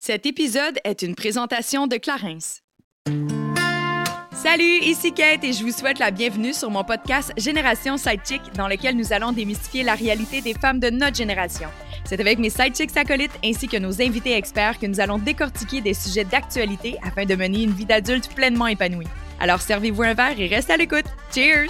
Cet épisode est une présentation de Clarins. Salut, ici Kate et je vous souhaite la bienvenue sur mon podcast Génération Sidechick dans lequel nous allons démystifier la réalité des femmes de notre génération. C'est avec mes sidechicks acolytes ainsi que nos invités experts que nous allons décortiquer des sujets d'actualité afin de mener une vie d'adulte pleinement épanouie. Alors servez-vous un verre et restez à l'écoute. Cheers!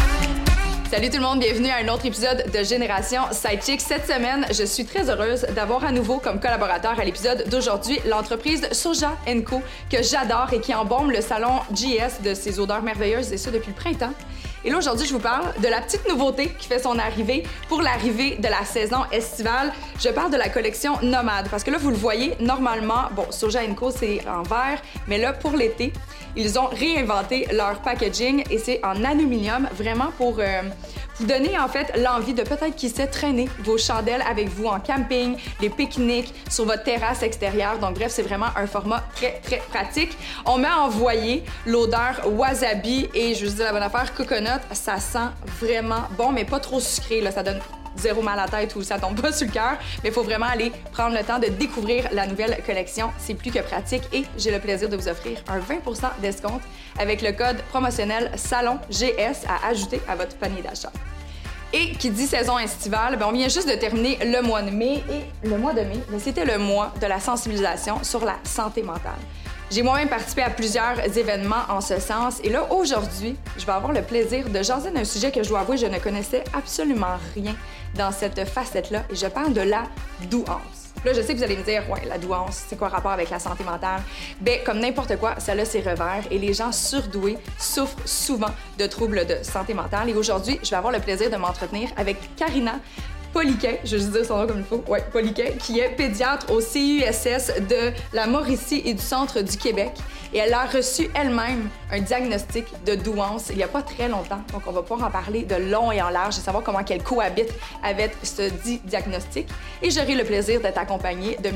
Salut tout le monde, bienvenue à un autre épisode de Génération Sidechick. Cette semaine, je suis très heureuse d'avoir à nouveau comme collaborateur à l'épisode d'aujourd'hui l'entreprise Soja & Co que j'adore et qui embaume le salon JS de ses odeurs merveilleuses et ça depuis le printemps. Et là, aujourd'hui, je vous parle de la petite nouveauté qui fait son arrivée pour l'arrivée de la saison estivale. Je parle de la collection Nomade parce que là, vous le voyez, normalement, bon, Soja & Co, c'est en verre, mais là, pour l'été, ils ont réinventé leur packaging et c'est en aluminium, vraiment pour vous donner, en fait, l'envie de peut-être, qui sait, traîner vos chandelles avec vous en camping, les pique-niques, sur votre terrasse extérieure. Donc, bref, c'est vraiment un format très, très pratique. On m'a envoyé l'odeur wasabi et, je vous dis la bonne affaire, coconut. Ça sent vraiment bon, mais pas trop sucré. Là, ça donne zéro mal à la tête ou ça tombe pas sur le cœur. Mais il faut vraiment aller prendre le temps de découvrir la nouvelle collection. C'est plus que pratique et j'ai le plaisir de vous offrir un 20 % d'escompte avec le code promotionnel SALONGS à ajouter à votre panier d'achat. Et qui dit saison estivale, on vient juste de terminer le mois de mai. Et le mois de mai, c'était le mois de la sensibilisation sur la santé mentale. J'ai moi-même participé à plusieurs événements en ce sens. Et là, aujourd'hui, je vais avoir le plaisir de jaser d'un sujet que je dois avouer, je ne connaissais absolument rien dans cette facette-là. Et je parle de la douance. Là, je sais que vous allez me dire, ouais, la douance, c'est quoi le rapport avec la santé mentale? Bien, comme n'importe quoi, ça a ses revers et les gens surdoués souffrent souvent de troubles de santé mentale. Et aujourd'hui, je vais avoir le plaisir de m'entretenir avec Karina Poliquin, je vais juste dire son nom comme il faut, ouais, Poliquin, qui est pédiatre au CUSS de la Mauricie et du Centre du Québec. Et elle a reçu elle-même un diagnostic de douance il n'y a pas très longtemps. Donc, on va pouvoir en parler de long et en large et savoir comment elle cohabite avec ce dit diagnostic. Et j'aurai le plaisir d'être accompagnée de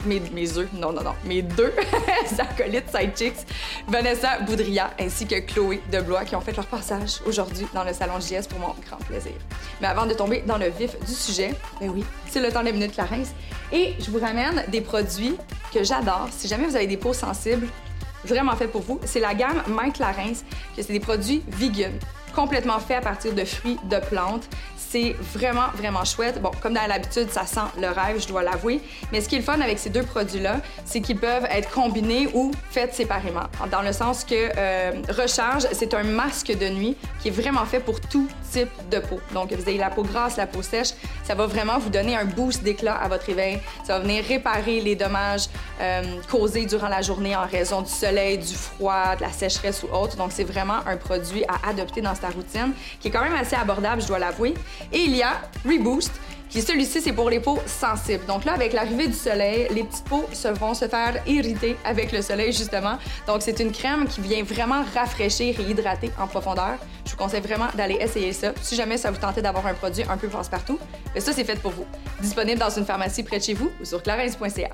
mes deux acolytes sidechicks, Vanessa Boudria ainsi que Chloé Deblois, qui ont fait leur passage aujourd'hui dans le salon JS pour mon grand plaisir. Mais avant de tomber dans le vif du sujet, ben oui, c'est le temps de la minute Clarins. Et je vous ramène des produits que j'adore. Si jamais vous avez des peaux sensibles, vraiment fait pour vous, c'est la gamme Mike Clarins, que c'est des produits vegan, complètement faits à partir de fruits de plantes. C'est vraiment, vraiment chouette. Bon, comme dans l'habitude, ça sent le rêve, je dois l'avouer. Mais ce qui est le fun avec ces deux produits-là, c'est qu'ils peuvent être combinés ou faits séparément. Dans le sens que Recharge, c'est un masque de nuit qui est vraiment fait pour tout type de peau. Donc, vous avez la peau grasse, la peau sèche. Ça va vraiment vous donner un boost d'éclat à votre réveil. Ça va venir réparer les dommages causés durant la journée en raison du soleil, du froid, de la sécheresse ou autre. Donc, c'est vraiment un produit à adopter dans sa routine qui est quand même assez abordable, je dois l'avouer. Et il y a Reboost, qui celui-ci, c'est pour les peaux sensibles. Donc là, avec l'arrivée du soleil, les petites peaux vont se faire irriter avec le soleil, justement. Donc, c'est une crème qui vient vraiment rafraîchir et hydrater en profondeur. Je vous conseille vraiment d'aller essayer ça. Si jamais ça vous tentait d'avoir un produit un peu passe-partout, bien ça, c'est fait pour vous. Disponible dans une pharmacie près de chez vous ou sur clarins.ca.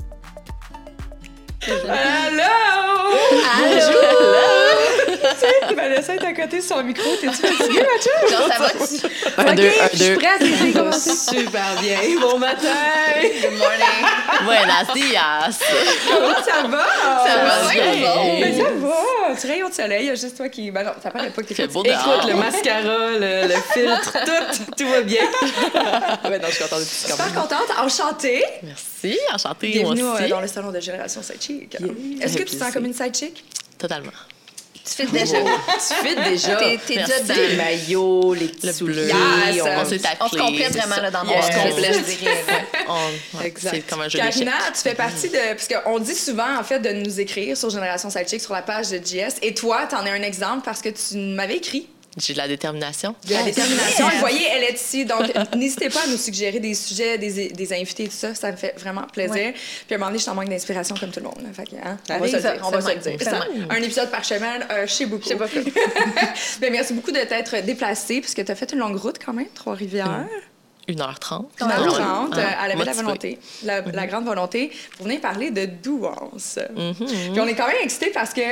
Allô! Bonjour! Tu sais, Vanessa est à côté sur son micro. T'es-tu fatiguée, Mathieu? Genre, ça va? Je suis prête. C'est commencé. Super bien. Bon matin. Good morning. Buenos dias. Comment ça va? Ça va bien. Ben, ça va. Tu rayons de soleil. Il y a juste toi qui... Ben non, ça paraît pas que t'es fait beau fatiguée. dehors. Écoute, le mascara, le filtre, tout va bien. Ben non, je suis contente de tout ça. Super contente. Enchantée. Merci, enchantée, moi Bienvenue aussi. dans le salon de Génération Sidechick. Est-ce que tu te sens comme une sidechick? Totalement. Tu fais déjà. Tu fais déjà. T'es déjà Merci. dans. Les maillots, les Le petits bleu, souliers. on s'est appelé. On se complète vraiment là, dans mon Yeah. On se outfit, complète. je dirais. C'est comme un jeu d'échecs. Karina, tu fais partie de... Parce qu'on dit souvent, en fait, de nous écrire sur Génération Sidechick, sur la page de JS. Et toi, t'en es un exemple parce que tu m'avais écrit. J'ai de la détermination. De la détermination. Vous voyez, elle est ici. Donc, n'hésitez pas à nous suggérer des sujets, des invités, tout ça. Ça me fait vraiment plaisir. Ouais. Puis à un moment donné, je t'en manque d'inspiration comme tout le monde. Là. Fait que, hein, on va Arrive, se le dire. On va se le c'est dire. le même. Un épisode par semaine, chez beaucoup. Chez beaucoup. Ben, merci beaucoup de t'être déplacée, parce que tu as fait une longue route quand même, Trois-Rivières. 1h30. 1h30, elle avait la Motivée. volonté, la grande volonté, pour venir parler de douance. Mhm. Puis on est quand même excités parce que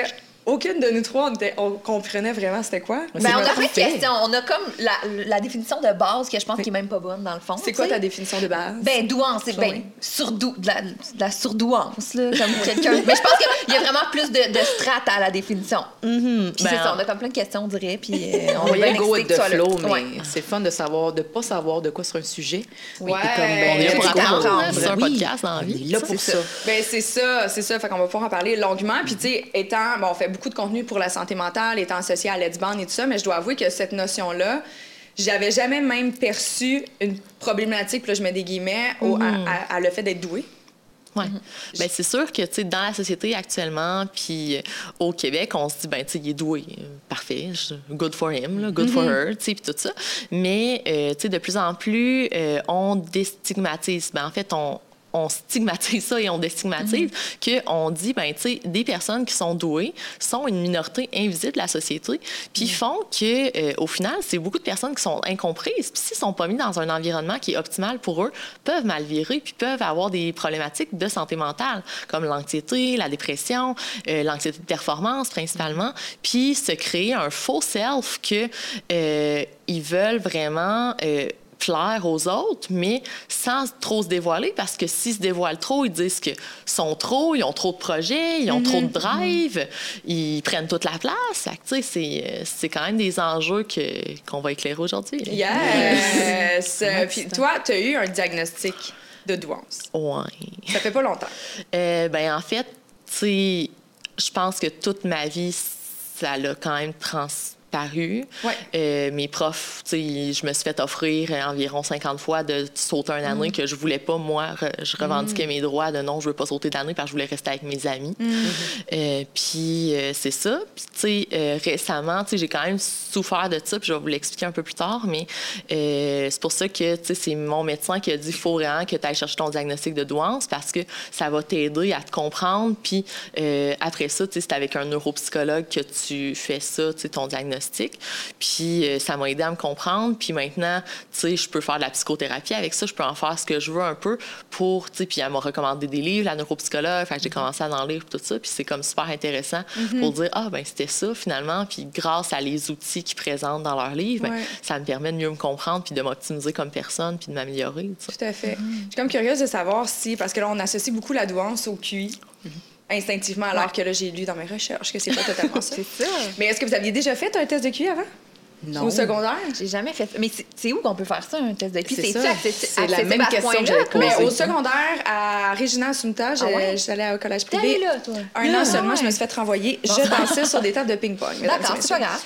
aucune de nous trois, on comprenait vraiment c'était quoi. On a plein de questions. On a comme la définition de base que je pense qui est même pas bonne, dans le fond. C'est quoi ta définition de base? Douance, c'est de la surdouance, là, comme quelqu'un. Mais je pense qu'il y a vraiment plus de strates à la définition. Puis c'est ça, on a comme plein de questions, on dirait, puis on va y go with the flow, mais c'est fun de pas savoir de quoi sur un sujet. Oui. On est là pour apprendre, c'est un podcast dans la vie. Là pour ça. C'est ça. Fait qu'on va pouvoir en parler longuement. Puis, tu sais, on fait beaucoup de contenu pour la santé mentale, étant associé à Let's Band et tout ça, mais je dois avouer que cette notion-là, j'avais jamais même perçu une problématique, puis là, je mets des guillemets, à le fait d'être doué. Oui. Bien, c'est sûr que, tu sais, dans la société actuellement, puis au Québec, on se dit, ben, tu sais, il est doué. Parfait. Good for him, là, good for her, tu sais, puis tout ça. Mais, tu sais, de plus en plus, on déstigmatise. Ben, en fait, on stigmatise ça et on déstigmatise qu'on dit, ben, tu sais, des personnes qui sont douées sont une minorité invisible de la société, puis font que, au final, c'est beaucoup de personnes qui sont incomprises, puis s'ils sont pas mis dans un environnement qui est optimal pour eux, peuvent mal virer, puis peuvent avoir des problématiques de santé mentale, comme l'anxiété, la dépression, l'anxiété de performance principalement, puis se créer un faux self que ils veulent vraiment plaire aux autres, mais sans trop se dévoiler, parce que s'ils se dévoilent trop, ils disent qu'ils sont trop, ils ont trop de projets, ils ont trop de drive, ils prennent toute la place. Fait que, c'est quand même des enjeux qu'on va éclairer aujourd'hui. Yes! Puis toi, tu as eu un diagnostic de douance. Oui. Ça fait pas longtemps. Ben en fait, tu sais, je pense que toute ma vie, ça l'a quand même transparu. Mes profs, tu sais, je me suis fait offrir environ 50 fois de sauter une année que je voulais pas. Moi, je revendiquais mes droits de non, je veux pas sauter d'année parce que je voulais rester avec mes amis. Puis c'est ça. Puis tu sais, récemment, tu sais, j'ai quand même souffert de ça, puis je vais vous l'expliquer un peu plus tard, mais c'est pour ça que, tu sais, c'est mon médecin qui a dit, faut vraiment que tu ailles chercher ton diagnostic de douance parce que ça va t'aider à te comprendre. Puis après ça, tu sais, c'est avec un neuropsychologue que tu fais ça, tu sais, ton diagnostic. Puis ça m'a aidé à me comprendre. Puis maintenant, tu sais, je peux faire de la psychothérapie avec ça. Je peux en faire ce que je veux un peu pour, tu sais, puis elle m'a recommandé des livres, la neuropsychologue. Fait que j'ai commencé à en lire tout ça. Puis c'est comme super intéressant pour dire, ben c'était ça finalement. Puis grâce à les outils qu'ils présentent dans leurs livres, ben, ça me permet de mieux me comprendre puis de m'optimiser comme personne puis de m'améliorer. Tout à fait. Je suis comme curieuse de savoir si, parce que là, on associe beaucoup la douance au QI. Instinctivement, alors que là, j'ai lu dans mes recherches que c'est pas totalement ça. C'est ça. Mais est-ce que vous aviez déjà fait un test de QI avant? Non. Au secondaire? J'ai jamais fait ça. Mais c'est où qu'on peut faire ça, un test de QI? C'est la même question que j'avais posée. Mais au secondaire, à Regina Assunta, j'allais au collège privé. T'es là, toi? Un an seulement, je me suis fait renvoyer. Je dansais sur des tables de ping-pong. D'accord, c'est pas grave.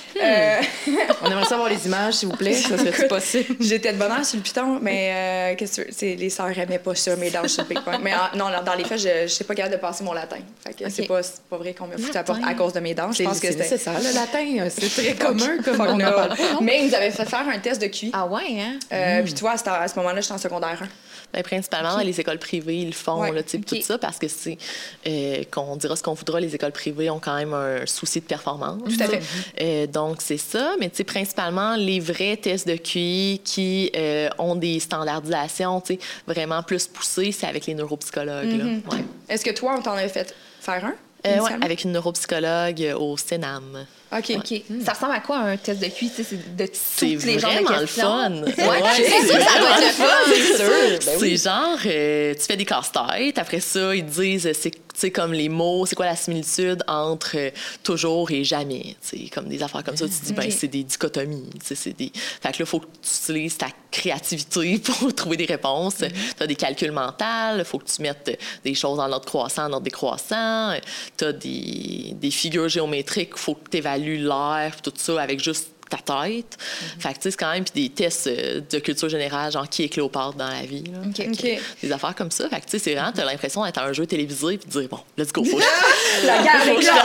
On aimerait savoir les images, s'il vous plaît. Ça serait possible? J'étais de bonne heure sur le piton, mais qu'est-ce que les sœurs aimaient pas ça, mes danses sur le ping-pong. Mais non, dans les faits, je sais pas capable de passer mon latin. Fait que c'est pas vrai qu'on me fout à porte à cause de mes danses. Je pense que c'est nécessaire, le latin. C'est très commun, comme on en parle pas. Mais ils nous avaient fait faire un test de QI. Ah ouais, hein? Puis toi, à ce moment-là, j'étais en secondaire 1. Bien, principalement dans les écoles privées, ils le font, là, tout ça, parce que c'est qu'on dira ce qu'on voudra, les écoles privées ont quand même un souci de performance. Tout à fait. Donc, c'est ça. Mais principalement, les vrais tests de QI qui ont des standardisations vraiment plus poussées, c'est avec les neuropsychologues. Là. Ouais. Est-ce que toi, on t'en avait fait faire un? Oui, avec une neuropsychologue au CENAM. OK. Ça ressemble à quoi un test de QI? C'est de toutes les genres de questions. C'est vraiment le fun. C'est sûr, ça doit être le fun. C'est sûr. C'est genre, tu fais des casse-têtes. Après ça, ils te disent, c'est comme les mots, c'est quoi la similitude entre toujours et jamais. Comme des affaires comme ça. Tu te dis, ben c'est des dichotomies. Fait que là, il faut que tu utilises ta créativité pour trouver des réponses. Tu as des calculs mentaux. Il faut que tu mettes des choses en ordre croissant, en ordre décroissant. Tu as des figures géométriques. Il faut que tu évalues l'air, tout ça, avec juste ta tête. Fait que, tu sais, c'est quand même des tests de culture générale, genre qui est Cléopâtre dans la vie. Là. Des affaires comme ça. Fait que, tu sais, c'est vraiment, t'as l'impression d'être à un jeu télévisé puis de dire, bon, let's go. La guerre est là.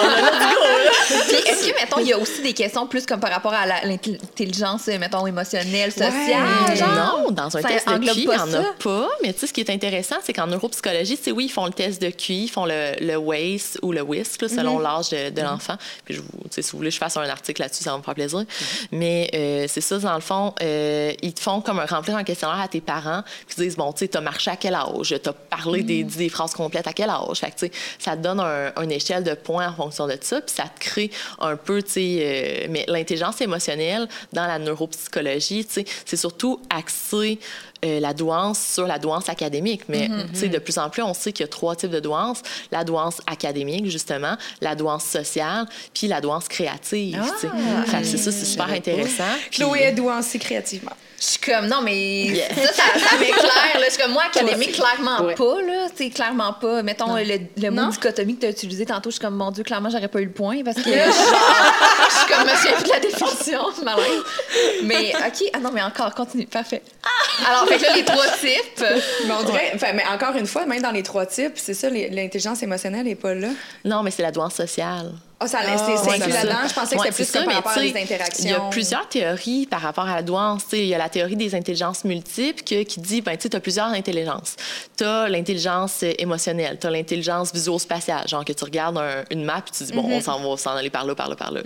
Puis, est-ce que, mettons, il y a aussi des questions plus comme par rapport à l'intelligence, mettons, émotionnelle, sociale? Non, dans un test de QI, il n'y en a pas. Mais, tu sais, ce qui est intéressant, c'est qu'en neuropsychologie, tu sais, oui, ils font le test de QI, ils font le WAIS ou le WISC, là, selon l'âge de l'enfant. Puis, si vous voulez que je fasse un article là-dessus, ça va me faire plaisir. dire. Mais c'est ça, dans le fond, ils te font comme remplir un questionnaire à tes parents, puis ils disent, bon, tu sais, t'as marché à quel âge? T'as parlé des phrases complètes à quel âge? Fait que, tu sais, ça te donne une échelle de points en fonction de ça, puis ça te crée un peu, tu sais, mais l'intelligence émotionnelle dans la neuropsychologie, tu sais, c'est surtout axé la douance sur la douance académique. Mais tu sais, de plus en plus, on sait qu'il y a 3 types de douance. La douance académique, justement, la douance sociale, puis la douance créative. Fait que c'est ça, c'est super intéressant. Chloé est douancée créativement. Je suis comme, non, mais ça m'éclaire. Je suis comme, moi, académique, clairement pas. Là. C'est clairement pas. Mettons, le mot dichotomie que tu as utilisé tantôt, je suis comme, mon Dieu, clairement, j'aurais pas eu le point parce que je suis comme, je me souviens plus de la définition. Malaise. Mais, OK. Ah non, mais encore, continue. Parfait. Alors, fait que là, les 3 types. Mais on dirait, mais encore une fois, même dans les 3 types, c'est ça, l'intelligence émotionnelle n'est pas là. Non, mais c'est la douance sociale. C'est inclus là-dedans. Je pensais que c'était plus comme par rapport à des interactions. Il y a plusieurs théories par rapport à la douance. Il y a la théorie des intelligences multiples qui dit, ben, tu as plusieurs intelligences. Tu as l'intelligence émotionnelle, tu as l'intelligence visuospatiale, genre que tu regardes une map et tu dis, bon, on va s'en aller par là.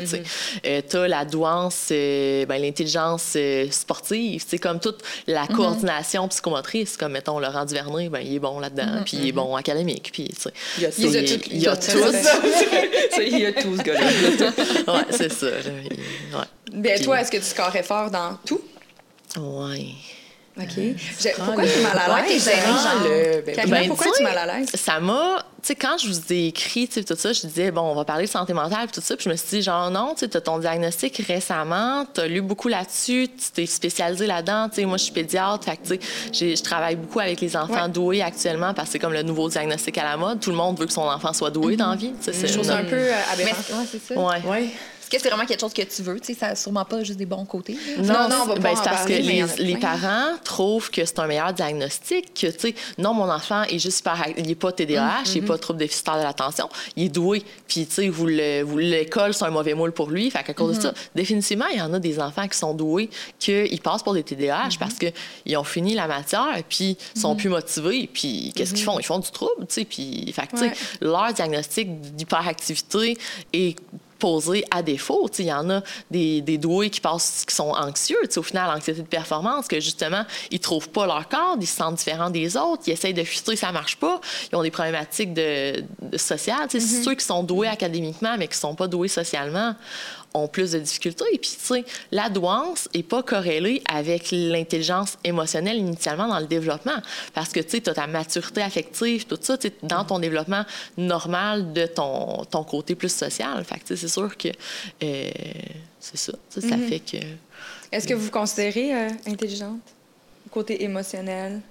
Tu as la douance, l'intelligence sportive, c'est comme toute la coordination psychomotrice, comme, mettons, Laurent Duvernay, ben, il est bon là-dedans, puis il est bon académique. Puis, il y a tout. Il y a tout, ce gars-là. Ouais, c'est ça. Ben, toi, est-ce que tu scorerais fort dans tout? Oui. OK. Pourquoi tu es mal à l'aise? Pourquoi tu es mal à l'aise? Ça m'a... Tu sais, quand je vous ai écrit tout ça, je disais, bon, on va parler de santé mentale et tout ça. Puis je me suis dit, genre, non, tu as ton diagnostic récemment, tu as lu beaucoup là-dessus, tu t'es spécialisé là-dedans. Tu sais, moi, je suis pédiatre, fait que, tu sais, je travaille beaucoup avec les enfants doués actuellement parce que c'est comme le nouveau diagnostic à la mode. Tout le monde veut que son enfant soit doué dans la vie. Je trouve ça un peu aberrant. Oui, c'est ça. Ouais. Est-ce que c'est vraiment quelque chose que tu veux? Tu sais, ça n'a sûrement pas juste des bons côtés. Non, on va pas c'est parce que les parents trouvent que c'est un meilleur diagnostic, que, tu sais, non, mon enfant est juste il n'est pas TDAH, il n'est pas trouble déficitaire de l'attention, il est doué. Puis, tu sais, l'école, c'est un mauvais moule pour lui. Fait qu'à cause de ça, définitivement, il y en a des enfants qui sont doués, qu'ils passent pour des TDAH parce qu'ils ont fini la matière, puis ils sont plus motivés. Puis, qu'est-ce qu'ils font? Ils font du trouble, tu sais. Puis, fait que, tu sais, leur diagnostic d'hyperactivité est posé à défaut. Il y en a des doués qui sont anxieux, au final, l'anxiété de performance, que justement, ils ne trouvent pas leur corps, ils se sentent différents des autres, ils essayent de fuiter, ça ne marche pas, ils ont des problématiques sociales. Ceux qui sont doués académiquement, mais qui ne sont pas doués socialement, ont plus de difficultés. Et puis, tu sais, la douance n'est pas corrélée avec l'intelligence émotionnelle initialement dans le développement. Parce que, tu sais, tu as ta maturité affective, tout ça, dans ton développement normal de ton côté plus social. Fait que, tu sais, c'est sûr que c'est ça. Ça fait que... Est-ce que vous vous considérez intelligente? Côté émotionnel?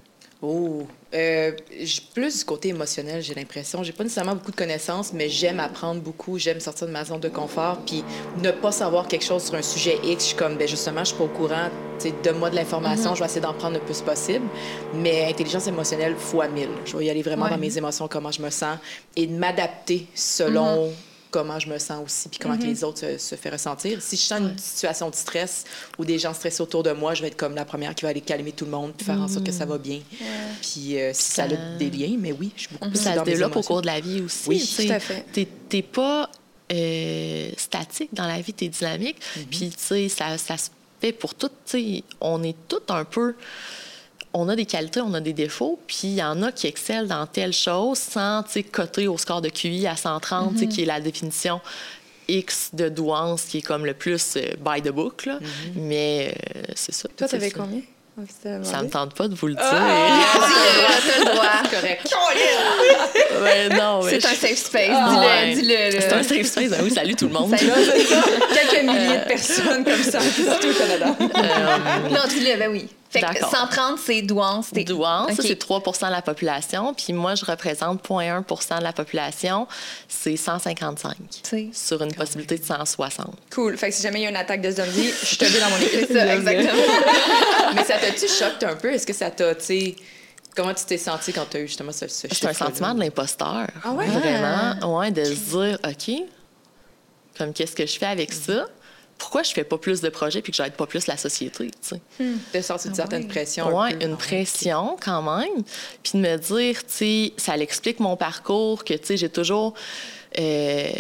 Plus du côté émotionnel, j'ai l'impression. J'ai pas nécessairement beaucoup de connaissances, mais j'aime apprendre beaucoup. J'aime sortir de ma zone de confort. Puis ne pas savoir quelque chose sur un sujet X, je suis comme, justement, je suis pas au courant. Donne-moi de l'information, je vais essayer d'en prendre le plus possible. Mais intelligence émotionnelle fois 1000. Je vais y aller vraiment dans mes émotions, comment je me sens, et de m'adapter selon comment je me sens aussi, puis comment que les autres se font ressentir. Si je sens une situation de stress ou des gens stressés autour de moi, je vais être comme la première qui va aller calmer tout le monde puis faire en sorte que ça va bien. Puis si ça a des liens, mais oui, je suis beaucoup plus dans mes émotions. Ça se développe au cours de la vie aussi. Oui, tout à fait. T'es pas statique dans la vie, t'es dynamique. Puis, tu sais, ça se fait pour tout. Tu sais, on est tout un peu... On a des qualités, on a des défauts, puis il y en a qui excellent dans telle chose sans coter au score de QI à 130, qui est la définition X de douance, qui est comme le plus by the book. Là. Mais c'est ça. Toi, t'avais combien? Ça me tente pas de vous le dire. T'as le droit. Correct. C'est un safe space. Dis-le. C'est un safe space. Oui, salut tout le monde. Quelques milliers de personnes comme ça, partout au Canada. Non, dis-le, ben oui. Fait que 130, c'est douance. Douance, ça, c'est 3 de la population. Puis moi, je représente 0,1 de la population. C'est 155 sur une possibilité de 160. Cool. Fait que si jamais il y a une attaque de zombies, je te veux dans mon équipe. C'est ça, exactement. Mais ça t'a-tu choqué un peu? Est-ce que ça t'a, comment tu t'es sentie quand tu as eu justement ce chiffre-là? C'est un sentiment de l'imposteur. Ah ouais? Vraiment. Ouais, de se dire, OK, comme qu'est-ce que je fais avec ça? Pourquoi je fais pas plus de projets puis que j'aide pas plus la société, tu sais? De sortir de certaines pressions. Oui, une pression quand même. Puis de me dire, tu sais, ça l'explique mon parcours, que, tu sais, j'ai toujours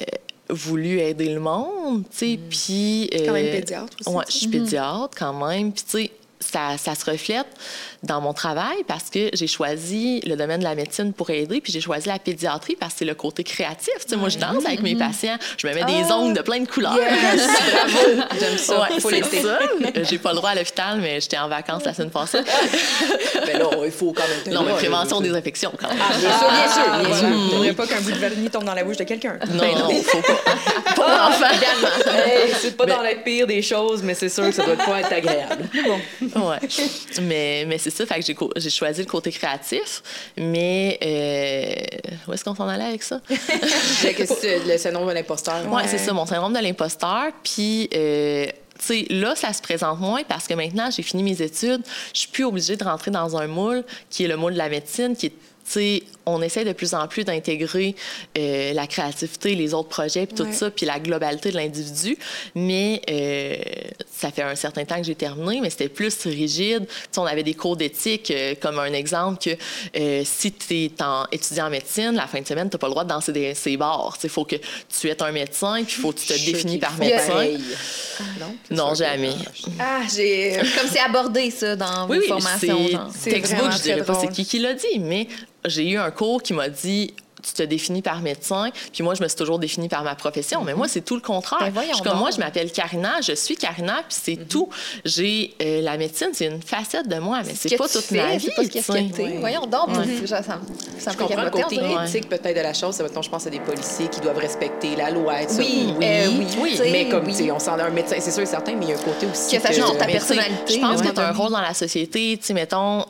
voulu aider le monde, tu sais, puis... quand même pédiatre aussi. Ouais, je suis pédiatre quand même, puis tu sais, ça se reflète dans mon travail parce que j'ai choisi le domaine de la médecine pour aider, puis j'ai choisi la pédiatrie parce que c'est le côté créatif. Tu sais, moi, je danse avec mes patients, je me mets des ongles de plein de couleurs. Yes, bravo! J'aime ça. Ouais, faut c'est ça. J'ai pas le droit à l'hôpital, mais j'étais en vacances la semaine passée. Mais là, il faut quand même... Non, mais prévention des infections, quand même. Bien sûr. Il ne faudrait pas qu'un bout de vernis tombe dans la bouche de quelqu'un. Non, faut pas. Pour l'enfant, également. Hey, c'est pas dans la pire des choses, mais c'est sûr que ça doit pas être agréable. Bon. Ouais. Mais c'est ça, fait que j'ai choisi le côté créatif, mais où est-ce qu'on s'en allait avec ça? Le syndrome de l'imposteur. Oui, c'est ça, mon syndrome de l'imposteur. Puis, tu sais, là, ça se présente moins parce que maintenant, j'ai fini mes études. Je suis plus obligée de rentrer dans un moule qui est le moule de la médecine, qui est, tu sais, on essaie de plus en plus d'intégrer la créativité, les autres projets, puis tout ça, puis la globalité de l'individu. Mais ça fait un certain temps que j'ai terminé, mais c'était plus rigide. Tu sais, on avait des cours d'éthique, comme un exemple que si tu es étudiant en médecine, la fin de semaine, tu n'as pas le droit de danser ces bars. Il faut que tu aies un médecin, puis il faut que tu te définis par médecin. Non, jamais. Comme c'est abordé, ça, dans vos formations. C'est textbook, je dirais pas c'est qui l'a dit, mais j'ai eu un cours qui m'a dit tu te définis par médecin, puis moi je me suis toujours définie par ma profession, mais moi c'est tout le contraire. Je suis comme moi, je m'appelle Karina, je suis Karina, puis c'est tout. J'ai la médecine, c'est une facette de moi, mais c'est pas toute ma vie. C'est pas ce que t'es. Voyons donc, ça me comprend le côté éthique peut-être de la chose. Je pense à des policiers qui doivent respecter la loi. Oui. Mais comme on s'en a un médecin, c'est sûr et certain, mais il y a un côté aussi que ça change ta personnalité. Je pense que tu as un rôle dans la société, tu sais, mettons.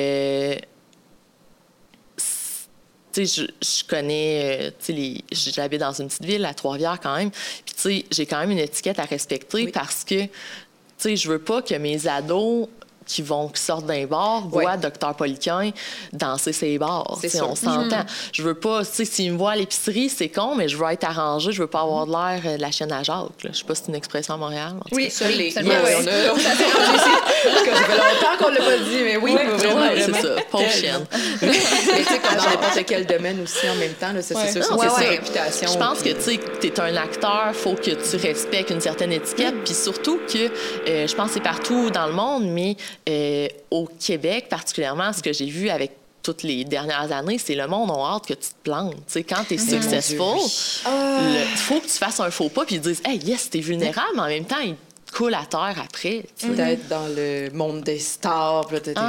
Je connais, j'habite dans une petite ville, à Trois-Rivières quand même, puis tu sais, j'ai quand même une étiquette à respecter parce que, tu sais, je veux pas que mes ados qui sortent d'un bar voient Dr. Poliquin danser ses bars. On s'entend. Je veux pas, tu sais, s'ils me voient à l'épicerie, c'est con, mais je veux être arrangée, je veux pas avoir de l'air de la chienne à Jacques. Je sais pas si c'est une expression à Montréal. Oui, ça l'est. Ça fait longtemps qu'on l'a pas dit, mais oui, vraiment. C'est ça, pauvre chienne. Mais tu sais, comme dans n'importe quel domaine aussi en même temps, c'est sûr, c'est sa réputation. Je pense que, tu sais, t'es un acteur, faut que tu respectes une certaine étiquette, puis surtout que, je pense que c'est partout dans le monde, mais au Québec, particulièrement, ce que j'ai vu avec toutes les dernières années, c'est le monde a hâte que tu te plantes. T'sais, quand tu es successful, il faut que tu fasses un faux pas puis ils disent « Hey, yes, t'es vulnérable », mais en même temps, ils te coulent à terre après. Peut-être dans le monde des stars, peut-être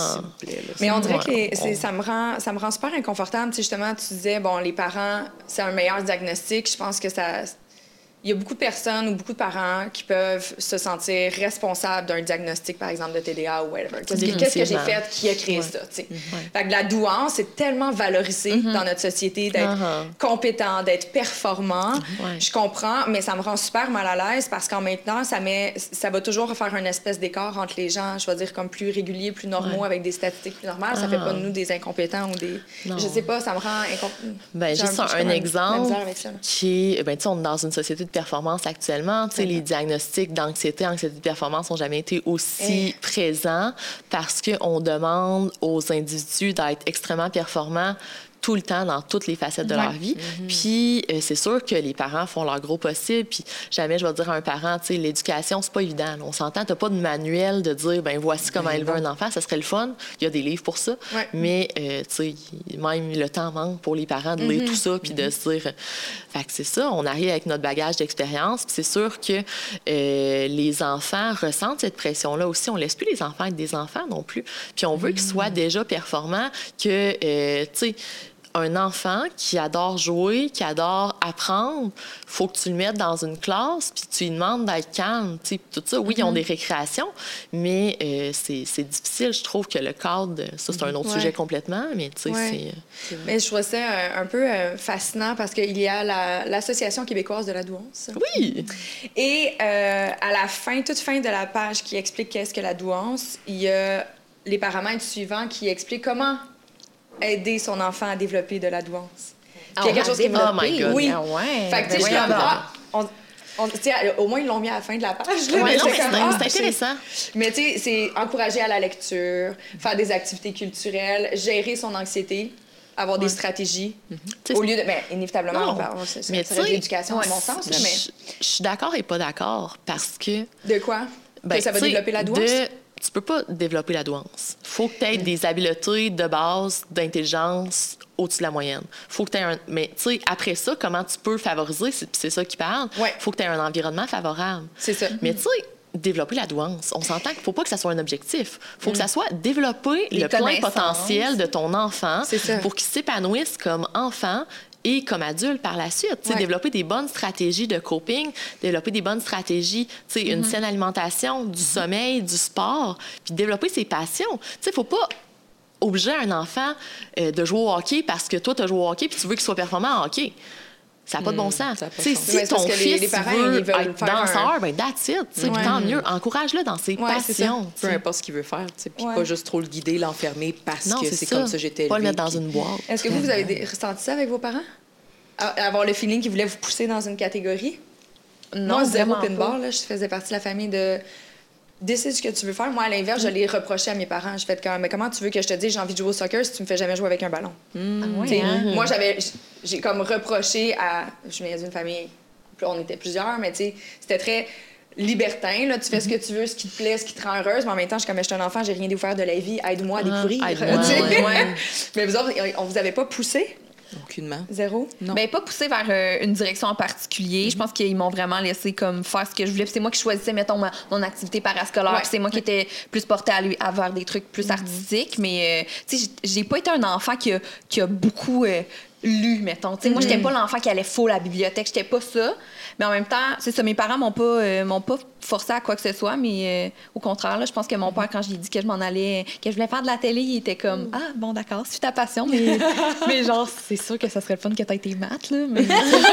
mais on dirait que ça me rend super inconfortable. T'sais, justement, tu disais, bon, les parents, c'est un meilleur diagnostic. Je pense que ça... Il y a beaucoup de personnes ou beaucoup de parents qui peuvent se sentir responsables d'un diagnostic, par exemple, de TDA ou whatever. Qu'est-ce que j'ai fait qui a créé ça, tu sais? Fait que la douance, c'est tellement valorisé dans notre société d'être compétent, d'être performant. Je comprends, mais ça me rend super mal à l'aise parce qu'en même temps, ça va toujours faire une espèce d'écart entre les gens, je vais dire, comme plus réguliers, plus normaux, avec des statistiques plus normales. Ça fait pas de nous des incompétents ou des... Je sais pas, ça me rend juste un exemple qui est... on est dans une société de performance actuellement. Les diagnostics d'anxiété, anxiété de performance n'ont jamais été aussi présents parce qu'on demande aux individus d'être extrêmement performants tout le temps dans toutes les facettes de leur vie. Puis c'est sûr que les parents font leur gros possible. Puis jamais je vais dire à un parent, tu sais, l'éducation, c'est pas évident. Là. On s'entend, t'as pas de manuel de dire, ben voici comment élever un enfant. Ça serait le fun. Il y a des livres pour ça. Mais, tu sais, même le temps manque pour les parents de lire tout ça puis de se dire... Fait que c'est ça, on arrive avec notre bagage d'expérience. Puis c'est sûr que les enfants ressentent cette pression-là aussi. On laisse plus les enfants être des enfants non plus. Puis on veut qu'ils soient déjà performants, que, tu sais, un enfant qui adore jouer, qui adore apprendre, faut que tu le mettes dans une classe puis tu lui demandes d'être calme. Tu sais, tout ça, oui, ils ont des récréations, mais c'est difficile. Je trouve que le cadre, ça, c'est un autre sujet complètement, mais tu sais, c'est... Mais je trouve ça un peu fascinant parce qu'il y a l'Association québécoise de la douance. Oui! Et à la fin, toute fin de la page qui explique qu'est-ce que la douance, il y a les paramètres suivants qui expliquent comment aider son enfant à développer de la douance. Quelque chose qui oh my God. Oui. Ah ouais. Fait que, tu sais, au moins, ils l'ont mis à la fin de la page. C'est intéressant. Mais, tu sais, c'est encourager à la lecture, faire des activités culturelles, gérer son anxiété. avoir des stratégies au lieu de... Bien, inévitablement, c'est de l'éducation à mon sens. Là, mais... Je suis d'accord et pas d'accord parce que... De quoi? Que ça va développer la douance? Tu peux pas développer la douance. Faut que tu aies des habiletés de base, d'intelligence au-dessus de la moyenne. Faut que tu aies Mais tu sais, après ça, comment tu peux favoriser, c'est ça qui parle. Faut que tu aies un environnement favorable. C'est ça. Mais tu sais, développer la douance, on s'entend qu'il faut pas que ça soit un objectif. Faut que ça soit développer le plein potentiel de ton enfant pour qu'il s'épanouisse comme enfant et comme adulte par la suite. Développer des bonnes stratégies de coping, développer des bonnes stratégies, une saine alimentation, du sommeil, du sport, puis développer ses passions. Il ne faut pas obliger un enfant de jouer au hockey parce que toi, tu as joué au hockey puis tu veux qu'il soit performant en hockey. Ça n'a pas de bon sens. Si ton fils les parents, veut être danseur, ben that's it. Puis tant mieux. Encourage-le dans ses passions. Peu importe ce qu'il veut faire. Puis pas juste trop le guider, l'enfermer parce que c'est comme ça j'étais élevé. Pas le mettre dans une boîte. Est-ce que vous avez ressenti ça avec vos parents? Avoir le feeling qu'ils voulaient vous pousser dans une catégorie? Non, moi, zéro pinball. Là, je faisais partie de la famille de... Décide ce que tu veux faire. Moi, à l'inverse, je l'ai reproché à mes parents. Je fais mais comment tu veux que je te dise j'ai envie de jouer au soccer si tu me fais jamais jouer avec un ballon? Moi, j'ai comme reproché à... Je viens d'une famille... On était plusieurs, mais tu sais, c'était très libertin. Là, tu fais ce que tu veux, ce qui te plaît, ce qui te rend heureuse. Mais en même temps, je suis comme, je suis un enfant, j'ai rien découvert de la vie. Aide-moi à découvrir. Mais vous autres, on vous avait pas poussé? Aucunement. Zéro? Non. Ben, pas poussé vers une direction en particulier. Je pense qu'ils m'ont vraiment laissé comme faire ce que je voulais. Puis c'est moi qui choisissais, mettons, mon activité parascolaire. Puis c'est moi qui étais plus portée à vers des trucs plus artistiques. Mais, tu sais, j'ai pas été un enfant qui a beaucoup lu, mettons. Tu sais, moi, j'étais pas l'enfant qui allait full à la bibliothèque. J'étais pas ça. Mais en même temps, c'est ça, mes parents m'ont pas forcé à quoi que ce soit, mais au contraire, là, je pense que mon père, quand je lui ai dit que je m'en allais, que je voulais faire de la télé, il était comme ah bon d'accord, c'est ta passion, mais genre c'est sûr que ça serait le fun que t'aies tes maths là, mais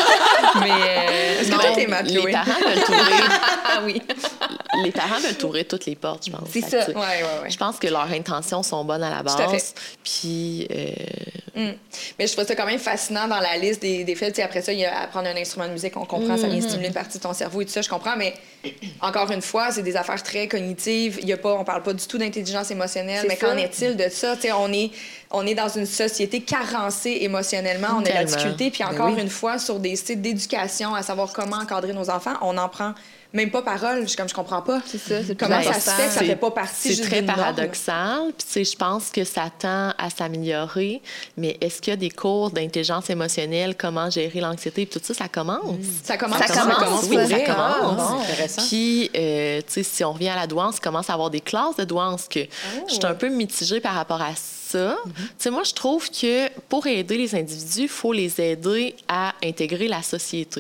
est-ce que t'as tes maths, les parents veulent t'ouvrir oui. Les parents veulent t'ouvrir toutes les portes, je pense. C'est ça. Ouais. Je pense que leurs intentions sont bonnes à la base. Tout à fait. Puis mais je trouve ça quand même fascinant dans la liste des faits. Après ça, il y a apprendre un instrument de musique, on comprend, ça vient stimuler une partie de ton cerveau et tout ça, je comprends, mais encore une fois, c'est des affaires très cognitives. On parle pas du tout d'intelligence émotionnelle, mais qu'en est-il de ça? T'sais, on est dans une société carencée émotionnellement, on a de la difficulté, puis encore une fois, sur des sites d'éducation, à savoir comment encadrer nos enfants, on en prend même pas parole, je comprends pas. C'est ça. Comment ça se fait que ça fait pas partie C'est très paradoxal. Puis je pense que ça tend à s'améliorer. Mais est-ce qu'il y a des cours d'intelligence émotionnelle, comment gérer l'anxiété, puis tout ça, ça commence. Ça commence. Oui, ça commence. C'est intéressant. Puis, tu sais, si on revient à la douance, commence à avoir des classes de douance que je suis un peu mitigée par rapport à ça. Tu sais, moi, je trouve que pour aider les individus, il faut les aider à intégrer la société.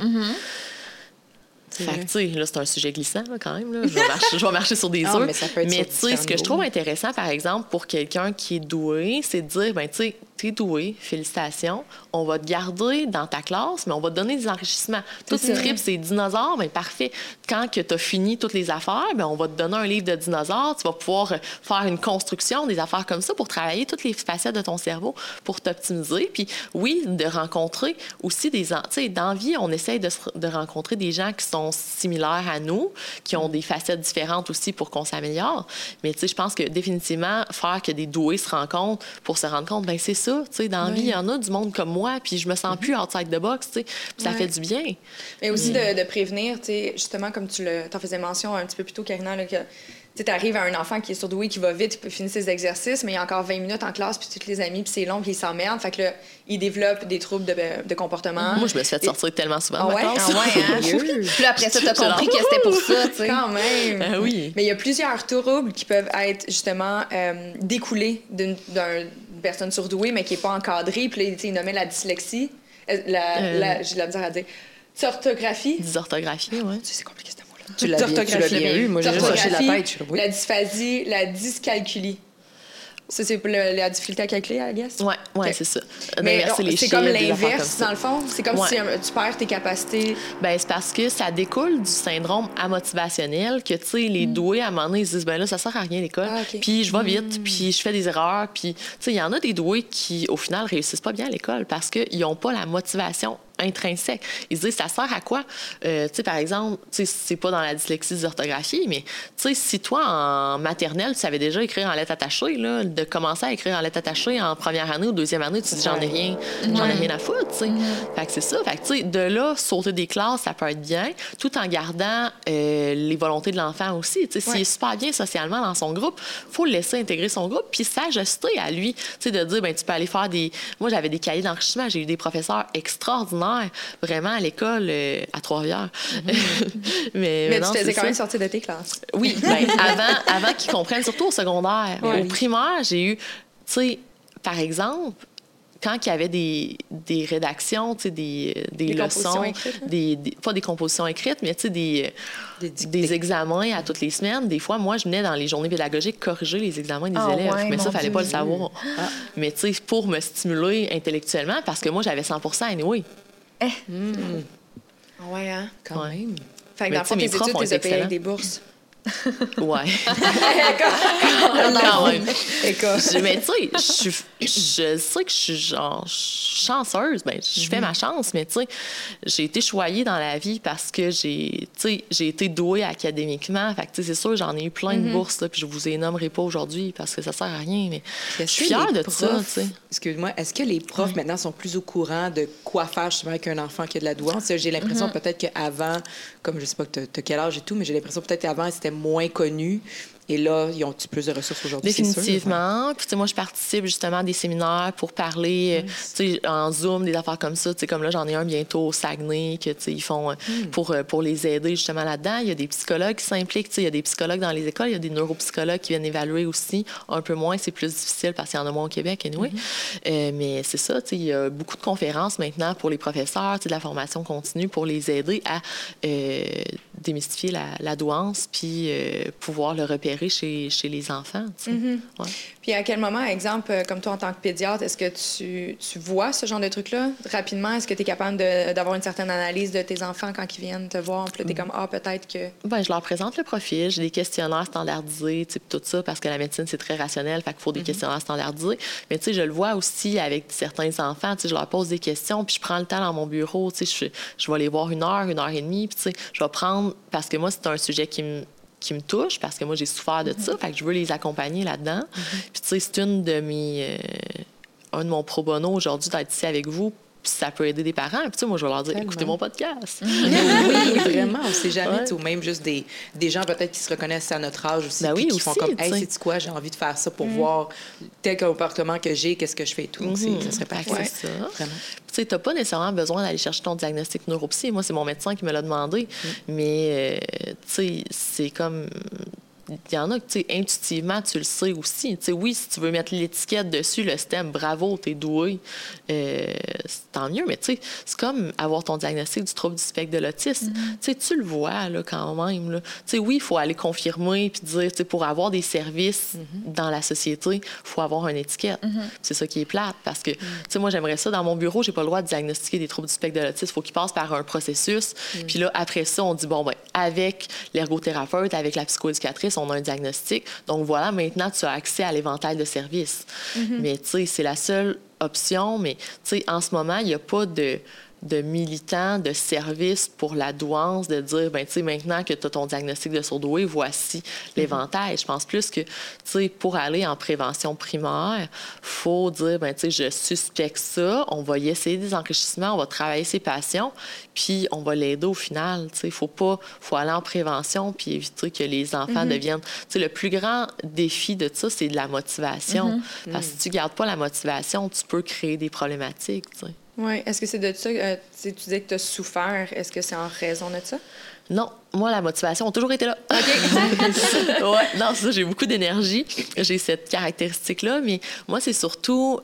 Fait que, là, c'est un sujet glissant, là, quand même. Là. Je vais marcher sur des œufs. Mais tu sais, ce que je trouve intéressant, par exemple, pour quelqu'un qui est doué, c'est de dire, ben tu sais, t'es doué, félicitations, on va te garder dans ta classe, mais on va te donner des enrichissements. Tout ce trip, c'est dinosaures, bien parfait. Quand tu as fini toutes les affaires, bien, on va te donner un livre de dinosaures, tu vas pouvoir faire une construction, des affaires comme ça pour travailler toutes les facettes de ton cerveau, pour t'optimiser. Puis oui, de rencontrer aussi des... Tu sais, dans la vie, on essaye de rencontrer des gens qui sont similaires à nous, qui ont des facettes différentes aussi pour qu'on s'améliore. Mais tu sais, je pense que définitivement, faire que des doués se rencontrent pour se rendre compte, bien c'est ça, tu sais, dans la vie, il y en a du monde comme moi, puis je me sens plus outside the box, tu sais, puis ça fait du bien. Mais aussi de prévenir, tu sais, justement, comme t'en faisais mention un petit peu plus tôt, Karina, là, que tu arrives à un enfant qui est surdoué, qui va vite, il peut finir ses exercices, mais il y a encore 20 minutes en classe, puis tous les amis, puis c'est long, puis il s'emmerde. Fait que là, il développe des troubles de comportement. Moi, je me suis fait sortir tellement souvent de ma classe. Puis là, après ça, t'as compris que c'était pour ça, tu sais. Quand même. Oui. Mais il y a plusieurs troubles qui peuvent être, justement, découlés d'une personne surdouée, mais qui n'est pas encadrée. Puis là, il nommait la dyslexie. J'ai de la misère à dire. Dysorthographie. Dysorthographie, oui. C'est compliqué, ce mot-là. Tu l'as bien eu. Moi, j'ai juste hoché la tête. La dysphasie, la dyscalculie. Ça, c'est la difficulté à calculer, I guess? Oui, okay. C'est ça. Mais c'est comme l'inverse, dans le fond? C'est comme si tu perds tes capacités? Bien, c'est parce que ça découle du syndrome amotivationnel que, tu sais, les doués, à un moment donné, ils se disent, ben là, ça sert à rien l'école. Puis je vais vite, puis je fais des erreurs. Puis, tu sais, il y en a des doués qui, au final, réussissent pas bien à l'école parce qu'ils n'ont pas la motivation intrinsèque. Ils se disent, ça sert à quoi? Tu sais, par exemple, tu sais, c'est pas dans la dyslexie d'orthographie, mais tu sais, si toi, en maternelle, tu savais déjà écrire en lettres attachées, là, de commencer à écrire en lettres attachées en première année ou deuxième année, tu te dis, j'en ai rien à foutre, tu sais. Fait que c'est ça. Fait que, tu sais, de là, sauter des classes, ça peut être bien, tout en gardant les volontés de l'enfant aussi. Tu sais, s'il est super bien socialement dans son groupe, faut le laisser intégrer son groupe, puis s'ajuster à lui. Tu sais, de dire, ben tu peux aller faire des... Moi, j'avais des cahiers d'enrichissement. J'ai eu des professeurs extraordinaires, vraiment, à l'école, à Trois-Rivières. Mais tu faisais quand même sortir de tes classes. Oui, ben, avant qu'ils comprennent, surtout au secondaire. Au primaire, j'ai eu, tu sais, par exemple, quand il y avait des rédactions, tu sais, des leçons, pas des compositions écrites, mais tu sais, des examens à toutes les semaines. Des fois, moi, je venais dans les journées pédagogiques corriger les examens des élèves. Ouais, mais ça, il fallait pas le savoir. Ah. Mais tu sais, pour me stimuler intellectuellement, parce que moi, j'avais 100% anyway. Ouais, hein? Quand même. Fait que dans le fond, tes études, tu les as payées avec des bourses. Ouais. Quand même. Mais tu sais, je sais que je suis genre chanceuse. Ben, je fais ma chance, mais tu sais, j'ai été choyée dans la vie parce que j'ai été douée académiquement. Fait que tu sais, c'est sûr, j'en ai eu plein de bourses, là, puis je vous les nommerai pas aujourd'hui parce que ça sert à rien, mais je suis fière de ça, tu sais. Excuse-moi, est-ce que les profs maintenant sont plus au courant de quoi faire justement avec un enfant qui a de la douance? J'ai l'impression peut-être qu'avant, comme je sais pas que tu as quel âge et tout, mais j'ai l'impression peut-être qu'avant, c'était moins connu. Et là, ils ont plus de ressources aujourd'hui, Définitivement. Puis, tu sais, moi, je participe justement à des séminaires pour parler, tu sais, en Zoom, des affaires comme ça. Tu sais, comme là, j'en ai un bientôt au Saguenay, que, tu sais, ils font pour les aider justement là-dedans. Il y a des psychologues qui s'impliquent. Tu sais, il y a des psychologues dans les écoles. Il y a des neuropsychologues qui viennent évaluer aussi. Un peu moins, c'est plus difficile parce qu'il y en a moins au Québec, anyway. Mais c'est ça, tu sais, il y a beaucoup de conférences maintenant pour les professeurs, tu sais, de la formation continue pour les aider à démystifier la douance puis pouvoir le repérer chez les enfants. Tu sais. Puis à quel moment, exemple, comme toi en tant que pédiatre, est-ce que tu vois ce genre de truc-là rapidement? Est-ce que tu es capable d'avoir une certaine analyse de tes enfants quand ils viennent te voir? Puis là, tu es comme, peut-être que... Bien, je leur présente le profil. J'ai des questionnaires standardisés, tout ça, parce que la médecine, c'est très rationnel, fait qu'il faut des questionnaires standardisés. Mais tu sais, je le vois aussi avec certains enfants. Tu sais, je leur pose des questions, puis je prends le temps dans mon bureau. Tu sais, je vais les voir 1 heure et demie, puis tu sais, je vais prendre... Parce que moi, c'est un sujet qui me touche, parce que moi, j'ai souffert de ça, fait que je veux les accompagner là-dedans. Puis, tu sais, c'est un de mon pro bono aujourd'hui d'être ici avec vous, puis ça peut aider des parents. Puis, tu sais, moi, je vais leur dire, écoutez mon podcast. Oui, vraiment, on sait jamais, ou même juste des gens peut-être qui se reconnaissent à notre âge aussi, puis qui font comme, hey, sais-tu quoi, j'ai envie de faire ça pour voir tel comportement que j'ai, qu'est-ce que je fais et tout. Ça serait parfait. C'est ça. Vraiment. Tu sais, t'as pas nécessairement besoin d'aller chercher ton diagnostic neuropsy. Moi, c'est mon médecin qui me l'a demandé. Mais, tu sais, c'est comme... Il y en a que, tu sais, intuitivement, tu le sais aussi. Tu sais, oui, si tu veux mettre l'étiquette dessus, le STEM, bravo, t'es doué, tant mieux. Mais, tu sais, c'est comme avoir ton diagnostic du trouble du spectre de l'autisme. Tu sais, tu le vois, là, quand même. Là. Tu sais, oui, il faut aller confirmer puis dire, tu sais, pour avoir des services dans la société, il faut avoir une étiquette. C'est ça qui est plate parce que, tu sais, moi, j'aimerais ça. Dans mon bureau, j'ai pas le droit de diagnostiquer des troubles du spectre de l'autisme. Il faut qu'ils passent par un processus. Puis là, après ça, on dit, bon, ben avec l'ergothérapeute, avec la psychoéducatrice, on a un diagnostic. Donc voilà, maintenant, tu as accès à l'éventail de services. Mais tu sais, c'est la seule option. Mais tu sais, en ce moment, il n'y a pas de militants, de services pour la douance, de dire, ben tu sais, maintenant que tu as ton diagnostic de surdoué, voici l'éventail. Je pense plus que, tu sais, pour aller en prévention primaire, faut dire, ben tu sais, je suspecte ça, on va y essayer des enrichissements, on va travailler ses passions, puis on va l'aider au final. Tu sais, faut aller en prévention puis éviter que les enfants deviennent... Tu sais, le plus grand défi de ça, c'est de la motivation. Parce que si tu gardes pas la motivation, tu peux créer des problématiques, tu sais. Oui. Est-ce que c'est de ça que tu disais que tu as souffert? Est-ce que c'est en raison de ça? Non. Moi, la motivation a toujours été là. OK. Non, c'est ça, j'ai beaucoup d'énergie. J'ai cette caractéristique-là. Mais moi, c'est surtout